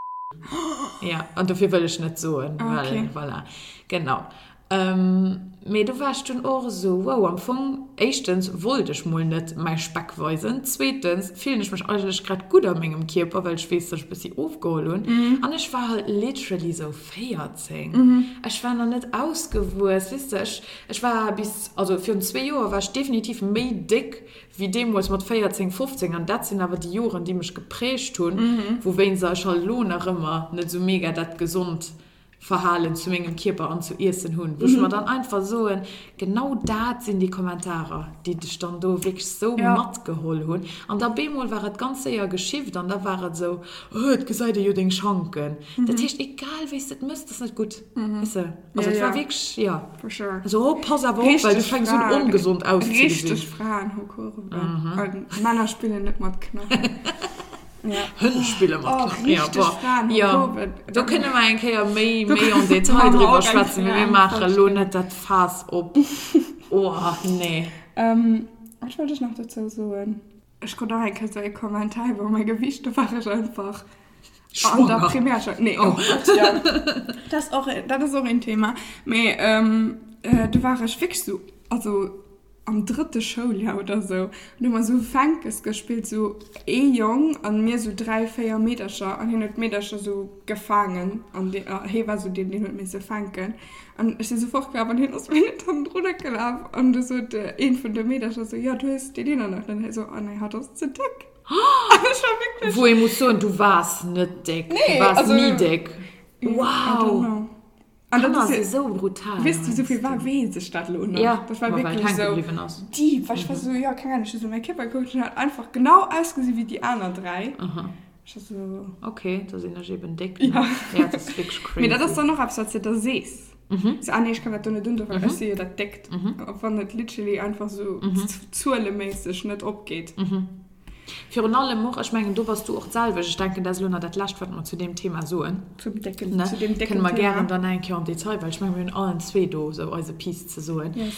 ja, und dafür will ich nicht so, weil, okay. Voilà. Genau. Ähm, aber du warst dann auch so, wow, am Anfang, erstens wollte ich mal nicht mein Speck weisen, zweitens fühle ich mich eigentlich gerade gut an meinem Körper, weil ich weiß, dass ich ein bisschen aufgeholt habe. Mhm. Und ich war halt literally so vierzehn. Mhm. Ich war noch nicht ausgewusst, weißt du, ich, ich war bis, also für zwei Jahre war ich definitiv mehr dick, wie dem, was mit vierzehn, fünfzehn, und das sind aber die Jahre, die mich geprägt haben, mhm. wo wenn ich halt noch immer nicht so mega das gesund Verhalten zu meinem Körper und zu ersten Hund, wo mhm. ich mir dann einfach so, genau das sind die Kommentare, die dich dann da wirklich so ja. matt geholt haben. Und da Bemol war das Ganze ja geschifft und da war es so, oh, das seid ihr den Schanken. Mhm. Das ist egal, wie es das müsst, das ist nicht gut. Mhm. Weißt du? Also es ja, war ja. wirklich, ja. For sure. Also oh, pass auf, weil du fängst so ungesund aus. Richtig Fragen, mhm. Und Männer spielen nicht mit Knochen. Ja. Hundespiele mit oh, Knochen. Ja, boah. Ja. Da können wir eigentlich ja mehr, mehr im Detail drüber schwatzen, wie wir machen. Lohnt das Fass ab. Oh, nee. Ähm, was wollte ich noch dazu sagen? Ich konnte auch eigentlich so einen Kommentar über mein Gewicht, da war ich einfach... Schwanger. Oh, primär schon. Nee, oh. Oh, ja. das, ist auch, das ist auch ein Thema. Aber ähm, äh, da war ich wirklich so... Also... am dritten Schuljahr oder so. Und immer so Funkes gespielt, so eh jung, und mir so drei, vier Meter schon, und hin und Meter schon so gefangen. Und die, uh, hier war so den, den mit mir so fangen. Und ich bin so fortgelaufen, und hin ist mir nicht dann drunter gelaufen. Und so der, ein von den Meter schon so, ja, du hast den noch. Und dann so, oh nein, hat das zu dick. Oh, das war wirklich... Wo ich muss so, du warst nicht dick. Nee, du warst also, nie dick. Wow. I don't know. Und das ist so brutal. Wisst du, so viel war wie diese Stadt Lohn. Ja, das war wirklich so. Die, was mhm. war so, ja, keine Ahnung, ich so mein Körper geguckt und hat einfach genau ausgesehen wie die anderen drei. Aha. So. Okay, da sind wir eben dick. Ja. Ja, das ist wirklich crazy. Aber das ist doch noch etwas, was du da siehst. Mhm. So, ah, nee, ich kann das doch nicht tun, weil Mhm. ich sehe, das deckt. Mhm. Wenn das literally einfach so Mhm. zuhlemäßig nicht abgeht. Mhm. Für alle auch, ich meine, du warst du auch selber. Ich denke, dass Luna das lasst, was wir zu dem Thema suchen. Zum Decken. Ne? Zu dem Decken. Können wir gerne dann ein bisschen im Detail, weil ich meine, wir haben allen zwei da so unsere Piece zu suchen. Yes.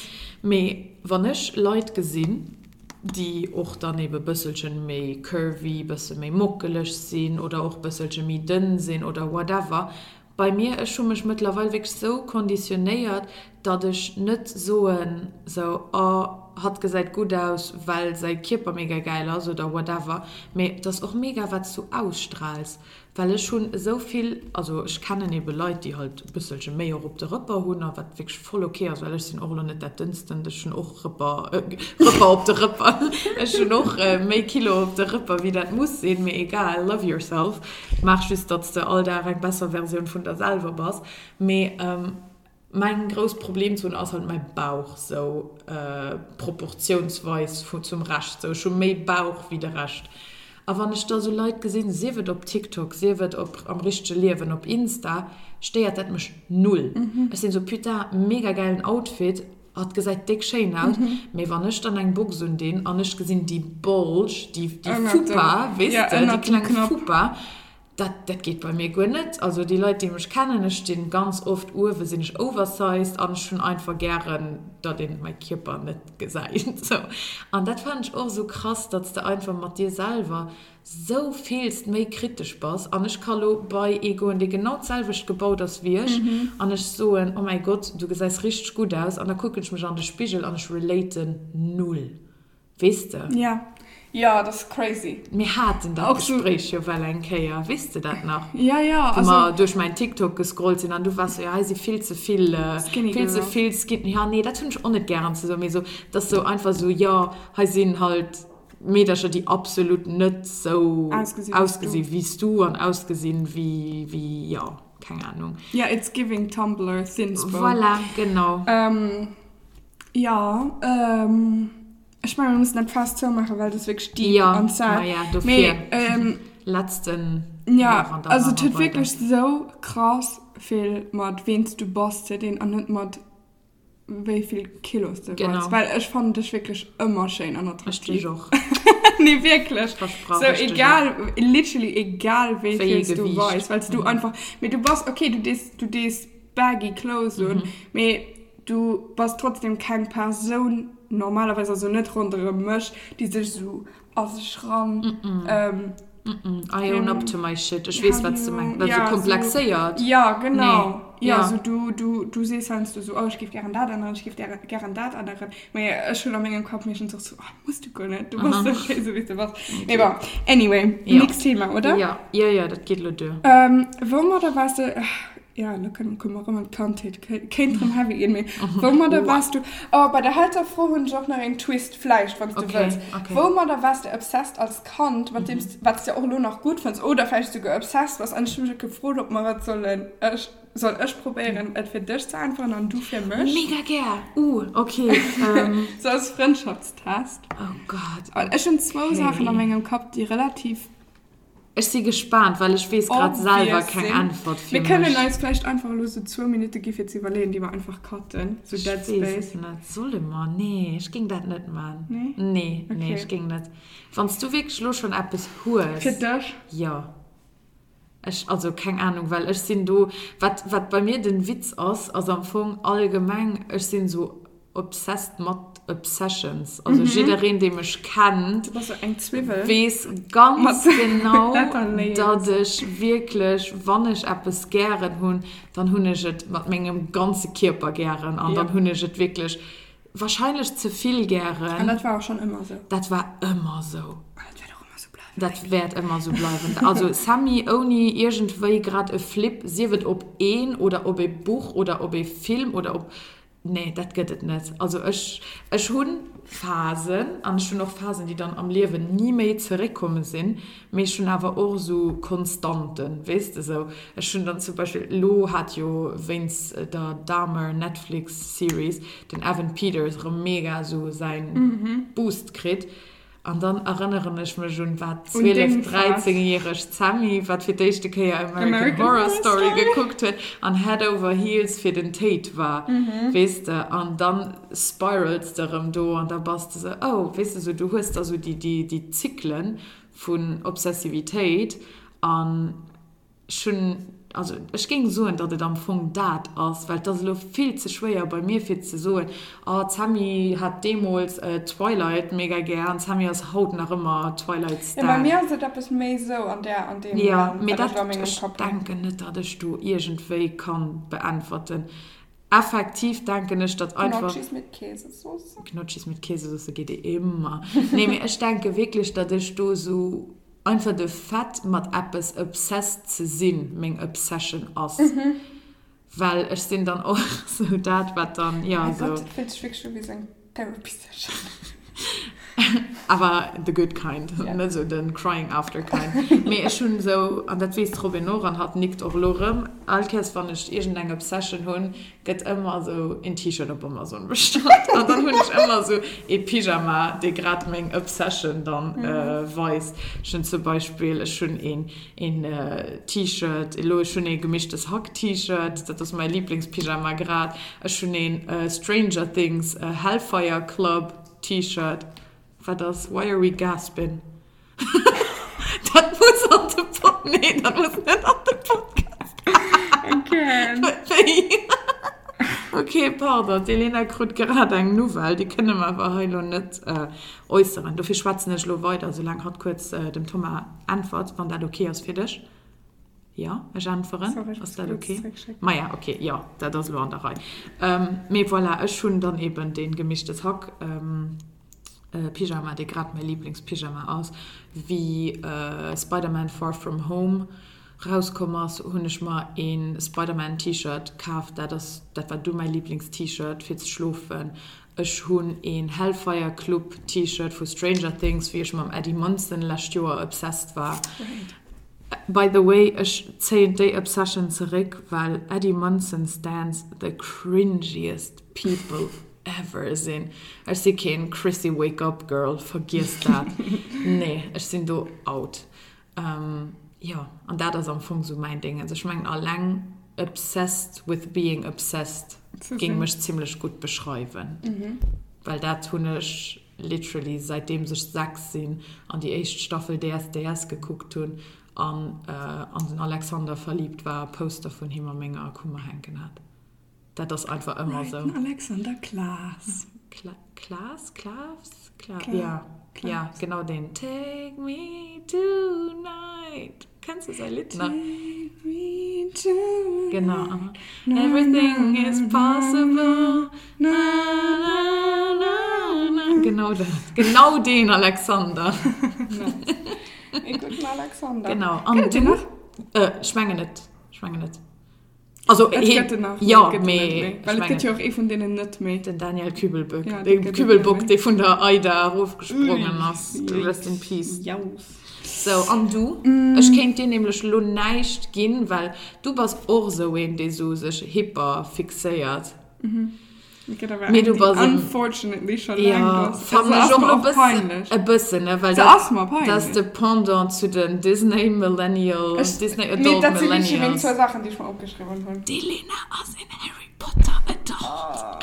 Aber wenn ich Leute gesehen, die auch dann eben ein bisschen mehr curvy, ein bisschen mehr muckelig sind oder auch ein bisschen mehr dünn sind oder whatever, bei mir ist schon mich mittlerweile wirklich so konditioniert, dass ich nicht so ein, so, oh, hat gesagt gut aus, weil sein Körper mega geil ist oder whatever. Aber das ist auch mega, was du ausstrahlst. Weil ich schon so viel, also ich kenne eben Leute, die halt ein bisschen mehr auf der Rippe haben, was wirklich voll okay ist, weil ich bin auch noch nicht der Dünnste, ich bin auch Rippe, äh, Rippe auf der Rippe. Ich bin auch äh, mehr Kilo auf der Rippe, wie das muss sein, mir egal, love yourself. Mach just, dass du all da eine bessere Version von dir selber bist. Aber, ähm, mein großes Problem zu ist halt mein Bauch, so äh, proportionsweise zum Rest, so schon mehr Bauch wie der Rest. Aber wenn ich da so Leute gesehen, sie wird auf TikTok, sie wird auf, am richtigen Leben, auf Insta, steht das mich null. Mhm. Es sind so putain mega geilen Outfit, hat gesagt, dick schön aus. Mhm. Aber wenn ich dann einen Box und den, und ich gesehen die Bulge, die, die Fupa, weißt ja, äh, die kleine Fupa, das, das geht bei mir gut nicht. Also die Leute, die mich kennen, stehen ganz oft Uhr, sind nicht oversized und schon einfach gerne, da den mein Körper nicht gesagt. So. Und das fand ich auch so krass, dass du einfach mit dir selber so vielst mehr kritisch bist. Und ich kann auch bei Ego und die genau selber gebaut das wie ich. Mhm. Und ich so, oh mein Gott, du siehst richtig gut aus. Und dann gucke ich mich an den Spiegel und ich relate null. Weißt du? Ja. Ja, das ist crazy. Wir hatten das auch Gespräch so. Ja, weil ein Keier, wisst ihr das noch? Ja, ja. Wo also wir durch mein TikTok gescrollt sind und du warst so, ja, sie viel zu viel, äh, Skinny viel zu viel Skinny. Ja, nee, das tue ich auch nicht gern. So, so, das so einfach so, ja, sie sind halt Mädchen, die absolut nicht so ausgesehen, ausgesehen wie du und ausgesehen wie, wie, ja, keine Ahnung. Ja, it's giving Tumblr Thinspo. Voilà, genau. Ähm, ja, ähm, ich meine, wir müssen nicht fast so machen, weil das wirklich die ja, Anzahl. Ja, dafür. Ähm, letzten. Ja, also es ist wirklich so krass viel, mit wem du bist, den und nicht mit wie viel Kilos du genau. warst. Weil ich fand das wirklich immer schön und attraktiv. Ich auch. Nee, wirklich. So egal, literally egal, wie viel du weißt, weil du mhm. einfach, du bist, okay, du bist, du bist baggy clothes mhm. und du bist trotzdem keine Person, normalerweise also nicht rundherum Misch, die sich so aus Schramm, mm -mm. ähm, mm -mm. I own up to my shit. Ich weiß, was du meinst. Weil ja, so komplexiert. So, ja, genau. Nee. Ja, ja, so du, du, du siehst halt so, oh, ich gebe gerne das anderen, ich gebe gerne das anderen. Aber ich schon am Ende im Kopf mir schon so, oh, musst du gar nicht, du musst doch so wissen, was. Okay. Aber, anyway, ja. Nächstes Thema, oder? Ja, ja, ja, das geht los. Ähm, wo man da warst du, ja, da können wir mal mit Content, kein drum habe ich irgendwie. Wo man da warst du, oh, bei der Halterfrau und auch noch ein Twist Fleisch, wenn du okay, willst. Okay. Wo man da warst du obsessed als Kant, was mhm. was du ja auch nur noch gut findest, oder vielleicht sogar obsessed, was an Schule gefroht, ob man was sollen, ich, soll ich probieren, mhm. für dich zu einfach und du für mich. Mega gern. Uh, okay. um. So als Freundschaftstest. Oh Gott. Und es sind zwei okay. Sachen an meinem Kopf, die relativ. Ich bin gespannt, weil ich weiß gerade selber keine Antwort für Wir mich. Können uns vielleicht einfach nur so zwei Minuten geben, zu überlegen, die wir einfach cutten. So Dead Space. Nicht. Soll man? Nee, ich ging das nicht, Mann. Nee? Nee, okay. nee, ich ging nicht. Wenn du wirklich los schon etwas hörst. Für dich? Ja. Ich, also, keine Ahnung, weil ich bin du, was bei mir den Witz ist, also am Anfang allgemein, ich bin so obsessed mit Obsessions. Also mhm. jeder, der mich kennt, so weiß ganz genau, dass ich wirklich, wenn ich etwas gerne habe, dann habe ich es mit meinem ganzen Körper gerne. Und ja. dann habe ich es wirklich wahrscheinlich zu viel gerne. Und das war auch schon immer so. Das war immer so. Das wird auch immer so bleiben. Das wird immer so bleiben. Also Sammy, ohne irgendwie gerade ein Flip, sie wird ob ein oder ob ein Buch oder ob ein Film oder ob nee, das geht nicht. Also ich, ich habe Phasen, und ich habe noch Phasen, die dann am Leben nie mehr zurückkommen sind, aber ich habe aber auch so Konstanten, weißt du, so. Ich habe dann zum Beispiel, Lo hat ja, wenn es der Dahmer Netflix-Series, den Evan Peters, mega so seinen mhm. Boost kriegt. Und dann erinnere ich mich schon, was zwölf-, dreizehnjährige Sammy, was für die erste Mal American, American Horror Story, Story geguckt hat, und Head Over Heels für den Tate war, mhm. weißt du, und dann spiralst du darum da, und da bist du so, oh, weißt du, so, du hast also die, die, die Zyklen von Obsessivität, und schon, also ich ging so, dass es am Anfang das ist, weil das ist viel zu schwer bei mir viel zu sagen, oh, Sammy hat damals äh, Twilight mega gern, Sammy ist heute noch immer Twilight-Star. Ja, bei mir ist das mehr so an, der, an dem ja, ähm, mir das, ich denke nicht, dass ich du irgendwie kann beantworten. Effektiv denke ich, dass einfach... Knotschis mit Käsesauce. Knotschis mit Käsesauce geht immer. Nee, ich denke wirklich, dass ich du so... einfach de Fett mit etwas obsessed zu sein, meine Obsession ist. Mhm. Weil ich bin dann auch so das, was dann, ja, mein so... Gott, das fühlt sich wirklich schon wie so ein Therapy-Session. Aber the good kind, ja. Nicht so den crying after kind. Mir ist schon so, und das weiß Robin Noran hat nickt auch Lorem, altes, wenn ich irgendeine Obsession habe, geht immer so ein T-Shirt auf Amazon bestellt. Und dann habe ich immer so ein Pyjama, der gerade meine Obsession dann mhm. äh, weiß. Schon zum Beispiel schon ein, ein äh, T-Shirt, ich schon ein gemischtes Hack-T-Shirt, das ist mein Lieblingspyjama gerade. Schon ein äh, Stranger Things äh, Hellfire Club T-Shirt. War das Why Are We Gasping? Das muss auf den Podcast. Nee, das muss nicht auf den Podcast. Okay. Okay, pardon. Die Lena kriegt gerade eine Nouvelle, die können wir aber heute nicht äh, äußern. Dafür schwatzen nicht noch weiter. Solange hat kurz äh, dem Thomas Antwort, wenn das okay ist für dich. Ja, ich antworte. Sorry, ist das okay? Ma ja, okay, ja, das ist nur an der Reihe. Ähm, mir voilà, ich schon dann eben den gemischtes Hack. Ähm, Pyjama, der gerade mein Lieblingspyjama aus, wie äh, Spider-Man Far From Home rauskommt, habe ich mal ein Spider-Man-T-Shirt gekauft, das, das war du mein Lieblings-T-Shirt für zu schlafen. Ich habe ein Hellfire Club T-Shirt für Stranger Things, wie ich mit Eddie Munson letztes Jahr obsessed war. Right. By the way, ich zähle die Obsession zurück, weil Eddie Munson stands the cringiest people ever sehen. Ich sehe kein Chrissy Wake Up Girl, vergiss das. Nee, ich bin da out. Um, ja, und das ist am Anfang so mein Ding. Also ich meine, allein obsessed with being obsessed ging mich ziemlich gut beschreiben. Mhm. Weil da tue ich literally, seitdem ich sechs sind, an die erste Staffel D S D S geguckt habe, an, äh, an den Alexander verliebt war, Poster von ihm an meiner Akuma hängen hat. Das ist einfach immer right, so. Alexander Klaas. Kla Klaas? Klaas? Klaas? Kla ja. Klaas. Ja, genau den. Take me tonight. Kennst du das Lied noch? Take me tonight. Genau. Na, Everything na, is possible. Na, na, na, na. Genau das. Genau den Alexander. Ich gucke mal Alexander. Genau. Und du noch? Äh, schwange nicht. Schwange nicht. Also, he, noch, ja, mehr. Weil es gibt ja auch eh von denen nicht mehr. Den Daniel Kübelböck. Ja, den Kübelböck, der von der Aida raufgesprungen ist. Rest in peace. Ja. So, und du? Mm. Ich könnte dir nämlich nur nicht gehen, weil du bist auch so ein, der so sich hyper fixiert. Mhm. Mir du warst unfortunately schon ja, fand ich auch ein bisschen, ein bisschen ne, weil das, das ist der Pendant zu den Disney Millennial, ich, Disney Adult das Millennials. Das sind zwei Sachen, die ich mal aufgeschrieben habe. Die Lena ist in Harry Potter Adult.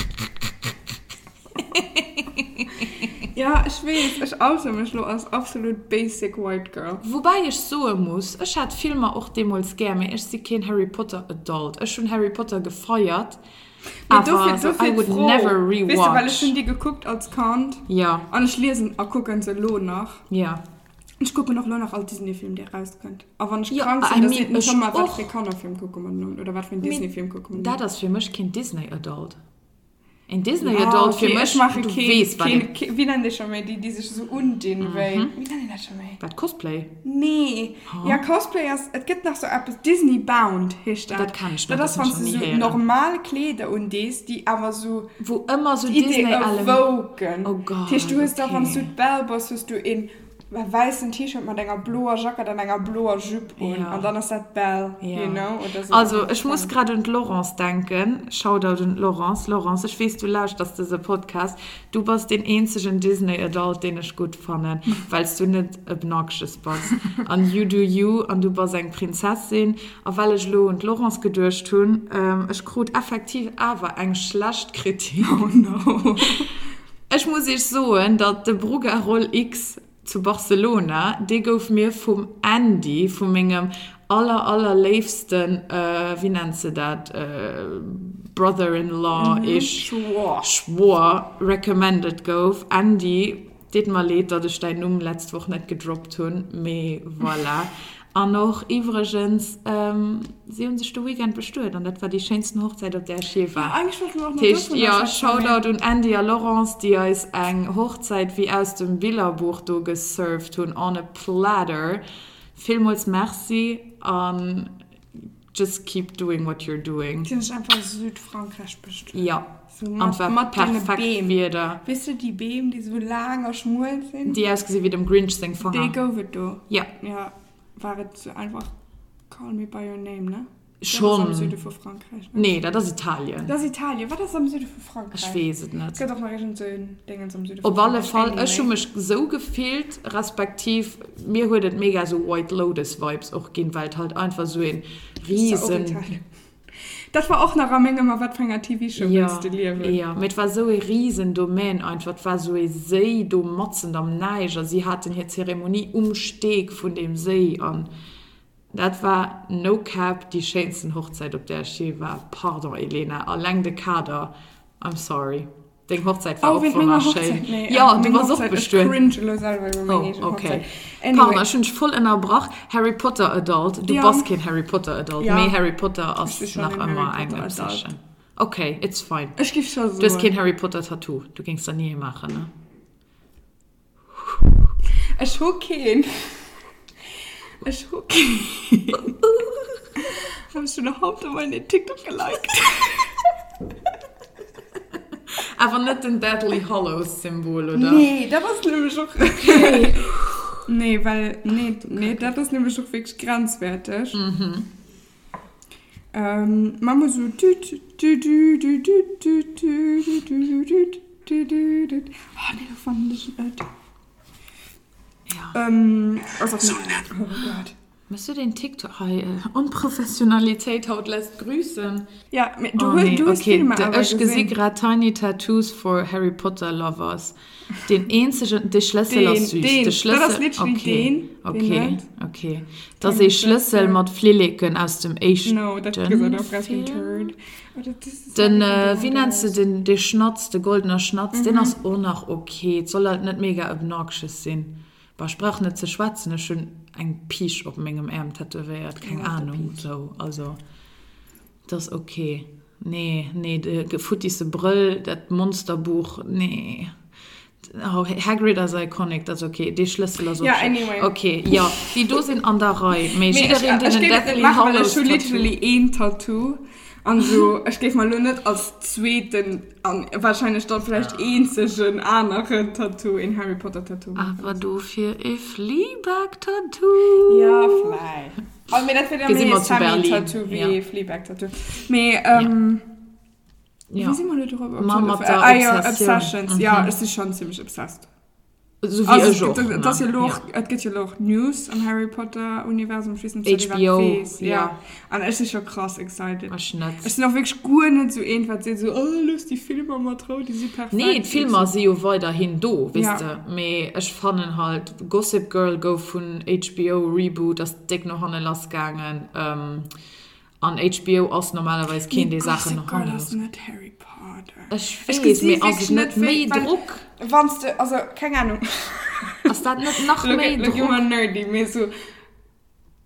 Oh. Ja, ich weiß, ich oute mich nur als absolut basic white girl. Wobei ich so muss, ich hatte Filme auch damals gerne, ich sehe kein Harry Potter Adult. Ich habe schon Harry Potter gefeiert. Aber du viel, so, du I would froh. Never rewatch. Weißt du, weil ich schon die geguckt als Kind. Ja. Und ich lese und gucke so lo nach. Ja. Ich gucke noch nur nach all Disney-Filmen, die rauskommt. Aber wenn ich ja, krank bin, dann ich schon mal was für Afrikaner-Film gucken oder was für einen Disney-Film gucken. Da das für mich kein Disney-Adult. Ein Disney-Adult ja, okay, für mich, ich mache du kein, weißt, kein, kein, wie nennen die schon mal, die, die sich so undin mhm. wollen. Wie nennen die das schon mal? Was, Cosplay? Nee. Huh? Ja, Cosplay, ist, es gibt noch so etwas Disney-bound, heißt das. Das kann ich nicht, das, das fandst du so hören. Normale Kleider und das, die aber so... Wo immer so Disney alle... evoken. Oh Gott, heißt, du hast okay. da von Südbelbos, hast du in weißen T-Shirt mit einer blauen Jacke und einer blauen Jupe Ja. und dann ist das Bell, Ja. you know? Oder so. Also, ich muss gerade an Laurence denken. Shoutout an Laurence. Laurence, ich weiß, du lauschst das dieser Podcast. Du bist den einzigen Disney-Adult, den ich gut fand, weil du nicht obnoxious bist. Und you do you, und du bist eine Prinzessin. Und weil ich Lo und Laurence gedurcht tun, ähm, ich kriege effektiv aber eine schlechte Kritik. Oh no. Ich muss ich sagen, dass der Brugger Roll X zu Barcelona, der gouf mir vom Andy, von meinem aller, allerliebsten, äh, wie nennt sie das, äh, Brother-in-law, mhm. ich Schwor. schwor, recommended gouf. Andy, det mal leid, dass ich deinen Namen letzte Woche nicht gedroppt habe, mais voilà. Und noch übrigens, ähm, sie haben sich das Weekend bestört und das war die schönste Hochzeit, auf der ich hier war. Ja, eigentlich wollte ich auch noch Tisch, davon, ja, dass ich Shoutout und Andy und Laurence, die ist eine Hochzeit wie aus dem Bilderbuch gesurft und on a platter. Vielmals merci und just keep doing what you're doing. Die sind einfach Südfrankreich bestimmt. Ja, So, und war perfekt wieder. Wisst ihr die Beam, die so lange schmulen sind? Die ausgesehen wie dem Grinch sing Die vorher. go with du. Ja. Ja, war es so einfach Call Me By Your Name, ne? Schon. Das ist am Süden von Frankreich, ne? Nee, das ist Italien. Das ist Italien. Was ist am Süden von Frankreich? Ich weiß es nicht. Es gibt auch noch irgend so ein Ding am Süden von Auf alle Frankreich. Fall, Anyway. ich habe mich so gefühlt, respektiv, mir wurde mega so White Lotus-Vibes auch gehen, weil halt einfach so ein Das ist ja auch riesen... Italien. Das war auch nach einer Menge mal was von einer T V-Show, Ja, willst du lieben. ja, mit war so ein riesen Domain einfach, das war so ein See, du motzend am Niger. Sie hatten hier Zeremonie umsteg von dem See an. Das war no cap die schönste Hochzeit, auf der ich hier war. Pardon, Elena, allein der Kader. I'm sorry. Die Hochzeit war Oh, auch wenn von meine mir Hochzeit... schön. Nee, Ja, äh, du meine warst auch Hochzeit ist bestimmt. cringe, los, selber über meine Oh, okay. Hochzeit. Anyway. Anyway. Pardon, ich bin voll in der Brach. Harry Potter Adult. Du Ja. bist kein Harry Potter Adult. Ja. Mehr Harry Potter Ich bin als schon noch ein immer Harry eine Potter Obsession. Adult. Okay, it's fine. Ich gebe schon so. Du hast kein Harry Potter Tattoo. Du gingst da nie machen, ne? Ich habe kein. Ich habe kein. Hast du noch Haupt auf meine TikTok geliked? Aber nicht den Deadly Hollows Symbol, oder? Nee, das ist nämlich auch okay. Nee, weil, nee, nee, das ist nämlich auch wirklich grenzwertig. Mhm. Ähm, Mama so, du, du, du, du, du, du, du, du, du, du, du, du, du. Oh, nee, das fand ich nicht. Ja. Ähm, also, so nett. Oh Gott. Musst du den TikTok... Hey, äh, Unprofessionalität haut lässt grüßen. Ja, du, Oh, du, nee. du hast Okay, Filme der aber ich gesehen gesehen. gerade Tiny Tattoos for Harry Potter Lovers. Den einzigen, der Schlüssel Den, ist süß. den. Der Schlüssel, Das ist literally okay. den, den Okay, halt. okay. Das Den ist Schlüssel Schlüssel. mit Fliliken aus dem ersten No, das ist gesagt auf Rascal Film. Turd. Aber das ist Den, halt äh, wie nennst du den, den Schnatz, den goldenen Schnatz, mhm. den ist auch noch okay. Es soll halt nicht mega obnoxious sein. Aber ich brauche nicht zu schwatzen, ich schon ein Pisch auf meinem Arm tätowiert, keine Ja, Ahnung, so, also, das ist okay. Nee, nee, der gefuttigste Brill, das Monsterbuch, nee. Oh, Hagrid ist iconic, das ist okay, die Schlüssel ist okay. Ja, anyway. Okay, ja, die du sind an der Reihe. Nee, ich, ich, ich, ich gebe nicht machen, weil ich schon literally ein Tattoo. Und so, ich gebe mal nur nicht als zweiten, an, wahrscheinlich dann vielleicht einzigen anderen Tattoo, in Harry Potter Tattoo. Aber du für ein Fleabag-Tattoo. Ja, vielleicht. Aber mir das wird ja Wir sind mehr mal zu Berlin. Tattoo wie Ja. Fleabag Tattoo. Aber, ähm, Ja. wie sind wir da drüber? Mama, äh, ah ja, Obsession. Obsessions. Mhm. Ja, es ist schon ziemlich obsessed. So wie Also, ich auch, das, ne? das hier noch, Ja. es gibt ja noch News am Harry Potter Universum, schließen H B O, ja. ja. Und es ist schon krass excited. Ach, nicht. Es sind auch wirklich gut nicht so irgendwas, die so, oh, löst die Filme mal drauf, die sind perfekt. Nee, die Filme sind ja weiterhin da, wisst Ja. ihr. Aber ich fand halt, Gossip Girl go von H B O Reboot, das dick noch an den Last gegangen. Ähm, an H B O ist normalerweise keine die Sachen noch Girl, an. das ist nicht Harry Potter. Ich Ich weiß, sehe mir also nicht mehr weil- Druck. Wannst du, also, keine Ahnung. Ist das nicht noch Look, mehr look, you are Druck? nerdy, mir so,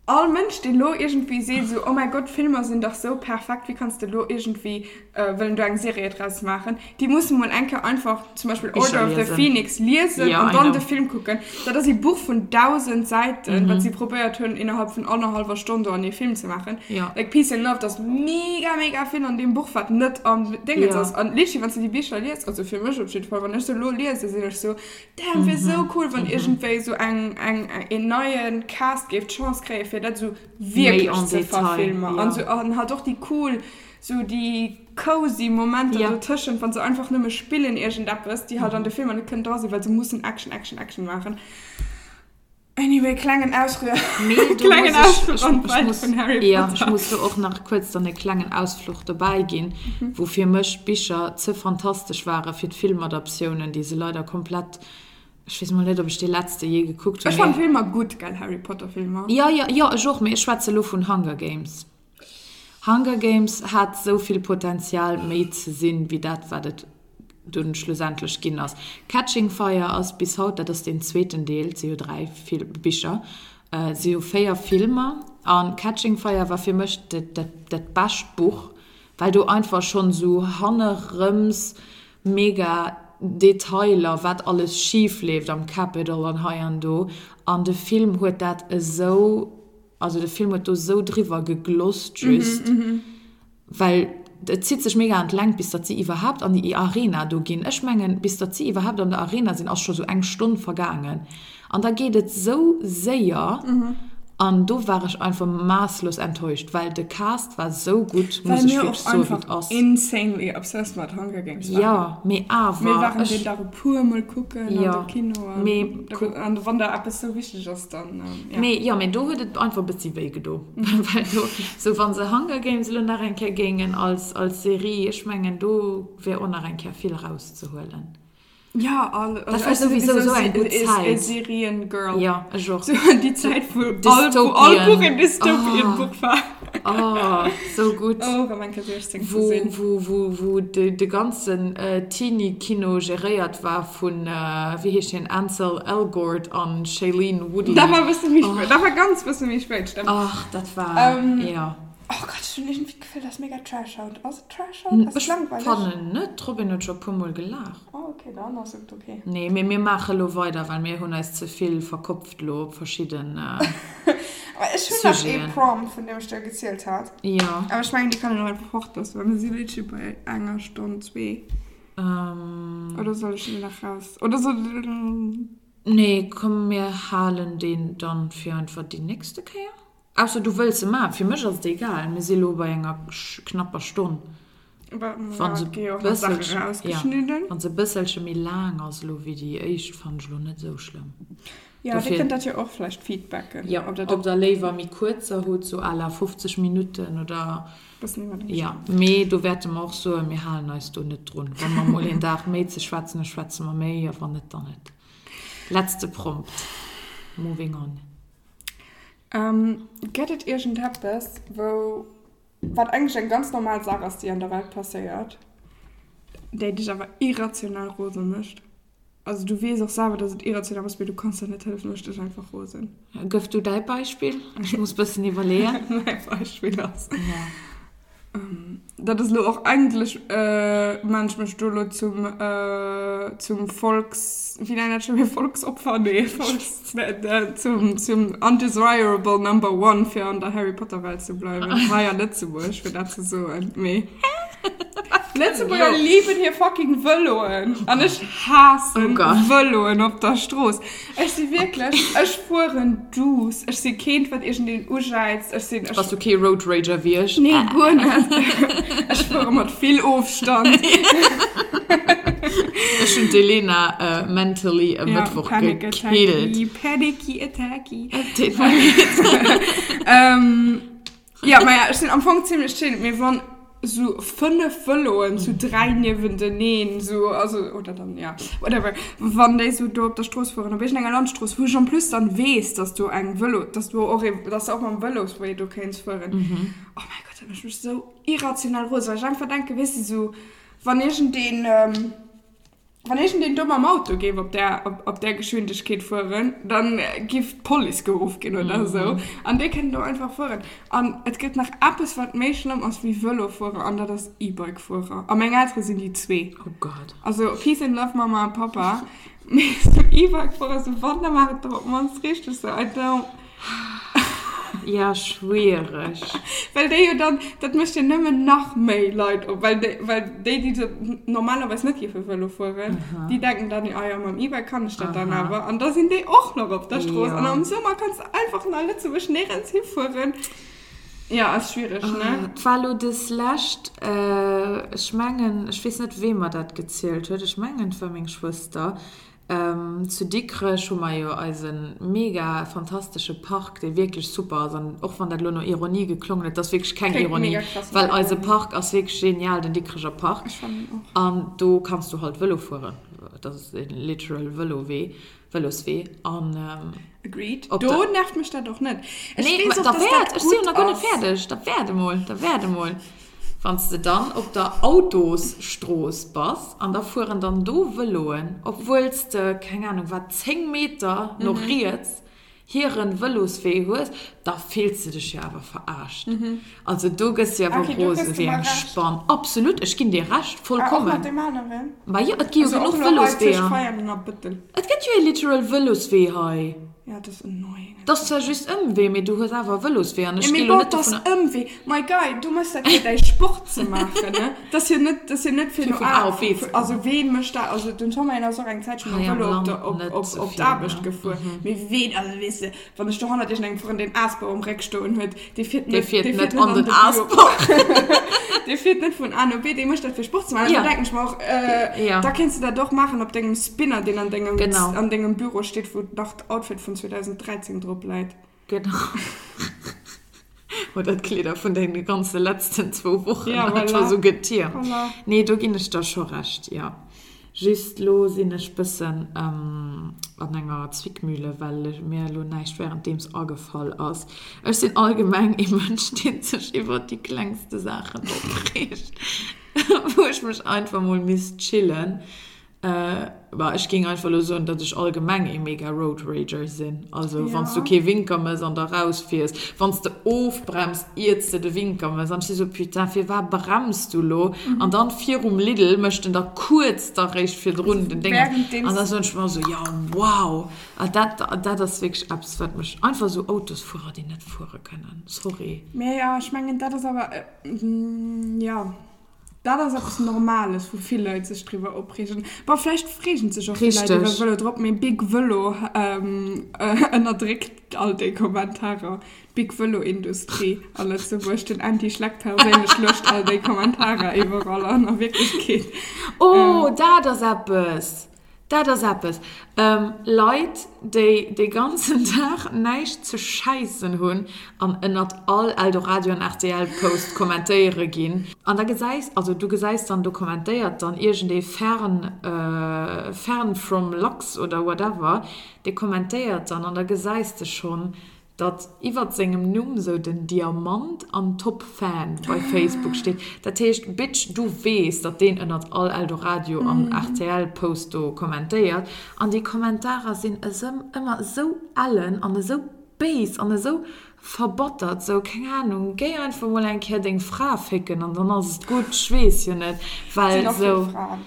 alle Menschen, die lo irgendwie sehen, so, oh mein Gott, Filme sind doch so perfekt, wie kannst du lo irgendwie, äh, wenn du eine Serie draus machen, die müssen man einfach zum Beispiel Ich Order of the lesen. Phoenix lesen Ja, und dann genau. den Film gucken. Das ist ein Buch von tausend Seiten, Mhm. was sie probiert haben, innerhalb von anderthalb Stunden an den Film zu machen. Ja. Like Peace and Love, das ist mega, mega viel an dem Buch, was nicht am Ding Ja. ist. Und letztlich, wenn du die Bücher liest, also für mich auf jeden Fall, wenn ich so lo lese, sehe ich so, damn, wäre so cool, wenn irgendwie so ein, ein, ein neuen Cast gibt, Chance kriege, für das so wirklich Mehr en zu Detail, verfilmen. ja. Und, so, und halt auch die cool, so die cozy Momente Ja. dazwischen, wenn sie einfach nicht mehr spielen irgendetwas, die halt an den Film nicht können da sein, weil sie müssen Action, Action, Action machen. Anyway, kleinen Ausrühr. Nee, du Kleinen musst- Ausflug ich- und ich Wald muss- von Harry Ja, Potter. ich musste auch noch kurz so eine kleine Ausflug dabei gehen, Mhm. wo für mich Bücher zu fantastisch waren für die Filmadaptionen, die sie leider komplett, ich weiß mal nicht, ob ich die letzte je geguckt Ich fand Filme gut, geil, Harry Potter Filme. Ja, ja, ja, ich auch, mir ich schwätze nur von Hunger Games. Hunger Games hat so viel Potenzial, mehr zu sehen, wie das, was das dann schlussendlich ging. Aus Catching Fire aus bis heute, das ist den zweiten Teil, C O drei Fil- Bücher, äh, C O vier Filme. Und Catching Fire war für mich das, das, das beste Buch, weil du einfach schon so Hanne-Rims, mega Detailer, was alles schief lebt am Capitol und hier und da. Und der Film hat das so, also der Film hat da so drüber geglost, just, Mhm, weil es zieht sich mega entlang, bis dass sie überhaupt an die Arena da gehen. Ich meine, bis dass sie überhaupt an der Arena sind, auch schon so eine Stunde vergangen. Und da geht es so sehr. Mhm. Und da war ich einfach maßlos enttäuscht, weil der Cast war so gut, Weil muss ich mir wirklich auch so einfach gut aus. insanely obsessed mit Hunger Games waren. Ja, mir aber. Wir waren ich- den da pur mal gucken Ja. an der Kino. Und, Me- da, und wenn da etwas so wichtig ist, dann... Ähm, ja. Me, ja, aber da hat es einfach ein bisschen weh getan. Weil du, so wenn sie Hunger Games nach ein gingen als, als Serie, ich meine, da wäre auch noch ein viel rauszuholen. Ja, alle. Das war sowieso so eine gute Zeit. Serien-Girl. Ja, ich auch. So die Zeit, wo Dystopien. all Buch in Dystopien Ah. Buch war. Oh, so gut. Oh, man kann sich das Wo, sehen. wo, wo, wo de, de ganzen äh, Teenie-Kino geriert war von, äh, wie hieß den, Ansel Elgort und Shailene Woodley. Da war, bisschen mich, Oh. da war ganz bisschen mich spät, stimmt. Ach, das war, Ähm, ja. Oh Gott, ich finde irgendwie gefühlt, das mega trash out. Also trash out? N- Das ist Ich langweilig. fand nicht, Robin hat schon ein paar Mal gelacht. Oh, okay, dann ist es okay. Nee, wir, wir machen lo weiter, weil wir haben uns zu viel verkopft, lo, verschiedene, Aber ich finde das eh Sujet. Prom, von dem ich da gezählt habe. ja. Aber ich meine, die kann ich noch einfach hochlassen, weil man sie wirklich bei einer Stunde, zwei. Ähm, Oder soll ich ihn nach raus? Oder so. nee, komm, wir halen den dann für einfach die nächste Kehr. Außer du willst mal, für mich ist es egal, wir sind lo bei einer sch- knapper Stunde. Aber Wenn sie ja, okay, auch ein noch Sachen bisschen- rausgeschnitten. Und so ein bisschen mehr lang als lo wie die echt fand ich lo nicht so schlimm. Ja, Dafür- die könnt das ja auch vielleicht feedbacken. Ja, ob das ob der Lever mir kurzer hat, so à la fünfzig Minuten oder... das nicht mehr Ja, me, du wirst ihm auch so, wir halten uns da nicht drin. Wenn wir mal den Tag mehr zu schwätzen, dann schwätzen wir mehr, aber nicht dann nicht. Letzte Prompt. Moving on. Ähm, geht es irgendetwas, wo, was eigentlich eine ganz normale Sache ist, die an der Welt passiert, die dich aber irrational rosen mischt? Also du weißt auch selber, dass es irrational ist, aber du kannst dir nicht helfen, du möchtest einfach rosen. Gibst du dein Beispiel? Ich muss ein bisschen überlegen. Mein Beispiel ist. Ja. Ähm, das ist nur auch eigentlich äh, manchmal Stuhle zum, äh, zum Volks... Wie nennt das schon wieder? Volksopfer? Nee, Volks... äh, äh, zum, zum Undesirable Number One für an der Harry Potter Welt zu bleiben. Das war ja Lützeburg, für das zu so ein Meh. Lützeburger lieben hier fucking Völoen. Und ich hasse Oh Gott. Völoen auf der Straße. Ich sehe wirklich, ich fuhren Dus. Ich sehe Kind, was ich in den Uscheiz. Ich sehe... Was okay Road Rager wirst. Nee, gut nicht. Ich spüre mit viel Aufstand. Ich und Elena äh, mentally am Mittwoch Panic gekillt. Attacky, Panicky Attacky. Den war nicht. ähm, ja, aber ja, ich bin am Anfang ziemlich schön. Wir waren so fünf verloren, so drei neben den Nähen, so, also, oder dann, ja, whatever. Wenn die so da auf der Straße fahren, dann bin ich in einer Landstraße, wo du schon plus dann weißt, dass du ein Velo, dass du auch, dass du auch mal ein Velo ist, wo du kannst fahren. Mhm. Oh mein Gott, ich bin so irrational groß, weil ich einfach denke, weißt du, so, wenn ich den, ähm, wenn ich in den dummen Auto gebe, ob der, ob, ob der Geschwindigkeit fahren, dann äh, gibt Police gerufen gehen oder mhm. so. Und die können doch einfach fahren. Und es gibt noch etwas, was mehr schlimm ist wie Velofahrer, und das ist E-Bike-Fahrer. Und meine Eltern sind die zwei. Oh Gott. Also, Peace and Love, Mama und Papa. Mit so E-Bike-Fahrer, so Wander machen, da man es richtig so. I don't... Ja, schwierig. Weil die ja dann, das möchte ja nicht mehr noch mehr Leute, weil die, weil die, die so normalerweise nicht hier für Velo fahren, aha. die denken dann, ah ja, mit dem E-Bike kann ich das aha. dann aber. Und da sind die auch noch auf der Straße. Ja. Und im Sommer kannst du einfach noch alle zu schnell ins hinfahren. Ja, ist schwierig, uh, ne? Weil du das lässt, äh, ich meine, ich weiß nicht, wem man das gezählt hat, ich meine für meine Schwester. Ähm, zu Dickre schon mal ja als ein mega fantastischer Park, der wirklich super ist. Und auch wenn das nur noch Ironie geklungen hat, das ist wirklich keine Klingt Ironie. Weil unser Park ist wirklich genial, der Dickrischer Park. Und du kannst du halt Velo fahren. Das ist ein literal Velo-Weh. Velosweh. Und, ähm, Agreed. Du da, nervt mich da doch nicht. Ich nee, weiß auch, da werd, ich sehe noch gar nicht fertig. Da werde mal, da werde mal. Wenn du dann auf der Autosstraße bist und da fahren dann du Veloen, obwohl du, keine Ahnung, was zehn Meter mhm. noch riechst, hier ein Velosweg hast, da fühlst du dich ja aber verarscht. Mhm. Also du gehst ja aber okay, groß wie ein Spann. Absolut, ich gebe dir recht, vollkommen. Ah, auch mit dem anderen? Weil ja, es gibt also genug Veloswege. Es gibt ja literal Veloswege hier. Ja, das ist annoying. Das ist ja just irgendwie, aber du hast einfach Veloswege. Ja, mir geht das irgendwie. My guy, du musst ja nicht deinen Sport zu machen, ne? Das ist ja nicht, das ist ja nicht für nur A. Also wen möchte da, also den Sommer in so einer Zeit schon mal Velo auf der Arbeit gefahren. Mit wen, also weißt du, wenn ich da hundert Jahre von den Asbau im Reck stehen hat, die fährt nicht an den Asbau. Die fährt nicht von A nach B, die möchte das für Sport zu machen. Da denke ich mir auch, da kannst du da doch machen, ob deinem Spinner, den an deinem Büro steht, wo noch das Outfit von zwanzig dreizehn drauf bleibt. Genau. Und das Kleider von den ganzen letzten zwei Wochen. Ja, voilà. War so getiert. Voilà. Nee, du gehst da schon recht, ja. Just los in ein bisschen ähm, an einer Zwickmühle, weil mir nicht während dem es angefallen ist. Ich bin allgemein ein Mensch, der sich über die kleinsten Sachen aufregt. Wo ich mich einfach mal miss chillen. Äh, aber ich ging einfach so, dass ich allgemein ein mega Road Rager bin. Also, ja. Wenn du keinen Winkel mehr und da rausfährst, wenn du aufbremst, jetzt den Winkel mehr, dann ist so, putain, für was bremst du lo? Mhm. Und dann vier um Lidl möchten da kurz da recht für die Runde Dinge. Und dann sag ich mir so, ja, wow. Das ist wirklich absolut mich. Einfach so Autos fahren, die nicht fahren können. Sorry. Ja, ja, ich meine, das ist aber, äh, ja. Das ist etwas Normales, wo viele Leute sich drüber aufregen. Aber vielleicht fragen sich auch viele Leute, weil Velo droppen mir Big Velo ähm, äh, in der direkt all die Kommentare. Big Velo Industrie. Alles so, wo ich den Anti-Schlagpause Lust all die Kommentare überall an der Wirklichkeit. Oh, ähm, da das etwas. Da das etwas. Ähm, Leute, die den ganzen Tag nicht zu scheißen haben und in all Eldoradio und R T L-Post kommentieren gehen. Und da gesagt, also du gesagt dann, du kommentierst dann irgendwie fern, äh, fern from Lux oder whatever, die kommentiert dann und da gesagt schon, dass über seinem Namen so den Diamant an Top-Fan bei Facebook steht. Das heißt, bitch, du weißt, dass den in all Eldoradio mm. an R T L-Post kommentiert. Und die Kommentare sind immer so allen und so base und so verbottert, so, keine Ahnung, geh einfach mal ein Kind Frau ficken und dann ist es gut, ich weiß ja nicht, weil so,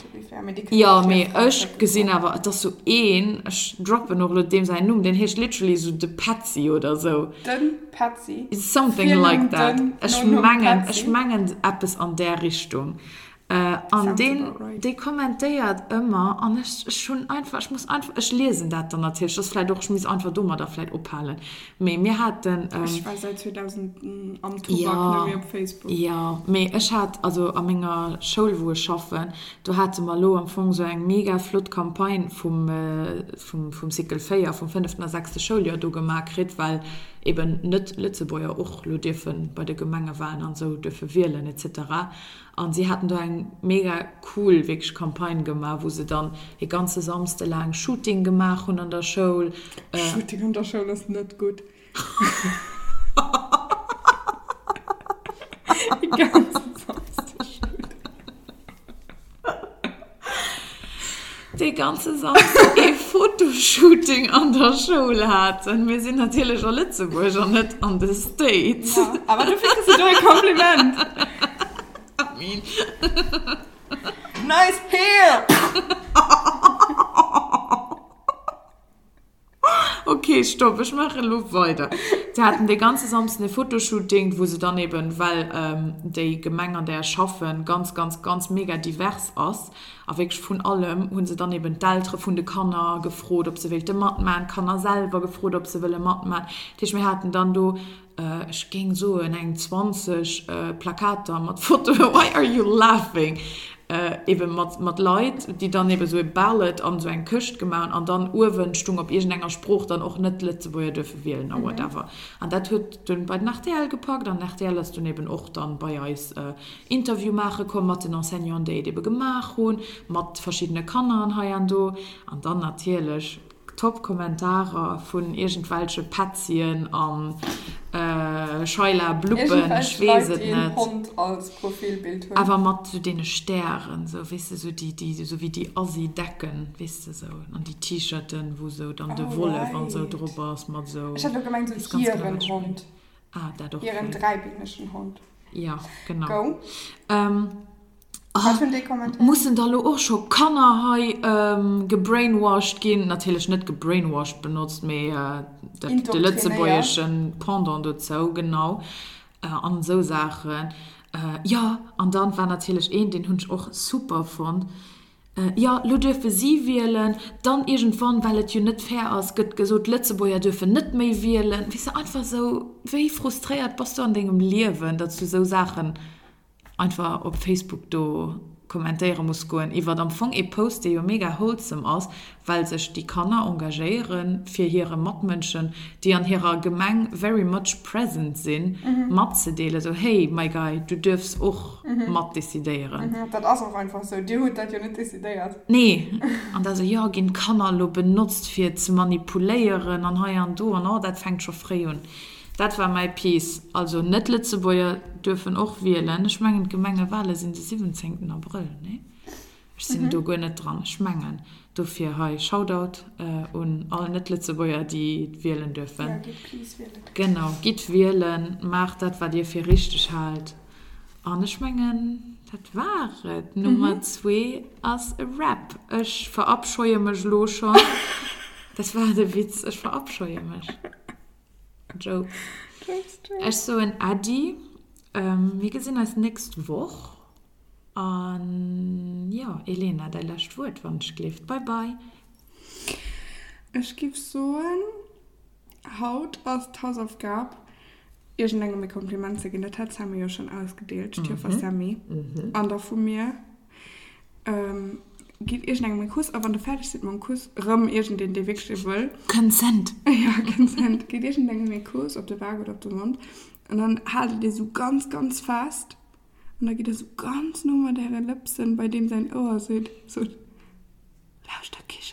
ja, aber ich gesehen, aber das so ein, ich droppe noch mit dem seinen Namen, den heißt literally so The Patsy oder so. Den Patsy? Something Vielen like that. Ich meine, ich meine etwas an der Richtung. Äh, an den, right. Die kommentiert immer und ich, ich schon einfach, ich muss einfach, ich lese das dann natürlich, das vielleicht auch, ich muss einfach dummer da vielleicht abhalten. Aber mir hat dann, ähm, ich war seit zweitausend am Tubak, ja, auf Facebook. Ja, aber ich hatte, also an meiner Schule, wo ich arbeite, da hatte mal lo am Anfang so eine mega Flott-Kampagne vom, äh, vom, vom Sickle Feier, vom fünften und sechsten Schuljahr da gemacht, weil eben nicht Lützebäuer auch dürfen bei der Gemeinde waren und so dürfen wählen et cetera. Und sie hatten da eine mega cool wirklich Kampagne gemacht, wo sie dann die ganze Samstag lang Shooting gemacht und an der Schule. Äh, Shooting an der Schule ist nicht gut. Die ganze Samstag Shooting. die ganze Sache ein Fotoshooting an der Schule hatten. Wir sind natürlich schon Lützeburg und nicht an den States. Ja, aber du findest es doch ein Kompliment. I mean. Nice hair! Okay, stopp, ich mache Luft weiter. Sie hatten die ganze Samstag ein Fotoshooting, wo sie dann eben, weil ähm, die Gemenge, die schaffen, ganz, ganz, ganz mega divers ist. Aber wirklich von allem haben sie dann eben die Eltern von den Kindern gefragt, ob sie will den Mann machen, Kinder selber gefragt, ob sie will den Mann machen. Wir hatten dann da, äh, ich ging so in ein zwanzig äh, Plakate mit Foto, why are you laughing? Äh, eben mit, mit Leuten, die dann eben so ein Ballot an so einen Küst gemacht und dann Urwünschung, ob irgendein Spruch dann auch nicht Lützeburger dürfen wählen oder mhm. whatever. Und das hat dann bei N T L gepackt, und N T L ist dann eben auch dann bei uns äh, Interview machen gekommen mit den Enseignants, die eben gemacht haben, mit verschiedenen Kindern hier und da. Und dann natürlich Top-Kommentare von irgendwelchen Patien an äh, Scheuler, Bluppen, ich weiß es nicht. Hund als Profilbild haben. Aber mit so den Sternen, so, weißt du, so, die, die, so wie die Assi-Decken, weißt du, so, und die T-Shirts, wo so dann oh, der Wolle right. und so drüber ist, mit so... Ich hatte gemeint, so hier ein Hund. Ah, da doch. Hier ein dreibeinigen Hund. Ja, genau. Go. Ähm, Was für ein Kommentar? Mussten da auch schon Kanner ähm, gebrainwashed gehen, natürlich nicht gebrainwashed benutzt, mehr äh, die letztebäuerischen Pendant dazu, genau, äh, an so Sachen. Äh, ja, und dann war natürlich ein, den ich auch super fand. Äh, ja, du dürfen sie wählen, dann irgendwann, weil es ja nicht fair ist, wird gesagt, Lützeburger dürfen nicht mehr wählen. Weißt du, einfach so, wie frustriert bist du an deinem Leben, dass du so Sachen einfach auf Facebook da kommentieren muss gehen. Ich werde am Anfang ein Post, der ja mega wholesome aus, weil sich die Kanner engagieren für ihre Mitmenschen, die an ihrer Gemeinde very much present sind, mhm. mitzudelen. So, hey, my guy, du darfst auch mhm. mit dezidieren. Mhm. Das ist auch einfach so. Die hat das ja nicht dezidiert. Nee. Und also, ja, gehen Kanner benutzt, für zu manipulieren und hier und da und oh, das fängt schon früh an. Das war mein Piece. Also nicht Lützeburger dürfen auch wählen. Ich meine, Gemengewahl sind der siebzehnten April. Ne? Ich bin mhm. da gar nicht dran. Ich meine, dafür habe ich Shoutout äh, und alle nicht Lützeburger, die wählen dürfen. Ja, geht please wählen. Genau, geht wählen. Macht das, was ihr für richtig halt. Und ich meine, das war es. Mhm. Nummer zwei als Rap. Ich verabscheue mich los schon. Das war der Witz. Ich verabscheue mich. Joke. Ich so ein Adi. Ähm, wie gesehen als nächste Woche. Und ja, Elena, dein letztes Wort, wann ich schläft. Bye bye. Ich gebe so ein Haut aus Hausaufgabe. Irgendwann mir Kompliment zu geben. Das haben wir ja schon ausgedealt. Ich hoffe, Sammy. Andere von mir. Ähm, geht irgendwann mein Kuss, aber wenn du fertig bist mit meinem Kuss, rum irgendein, den wirklich will. Consent. Ja, Consent. Geht irgendwann mein Kuss, ob der Waage oder auf den Mund. Und dann haltet er so ganz, ganz fest. Und dann geht er so ganz nur mal der Lipsen, bei dem sein Ohr sieht. So, lausch der Kisch.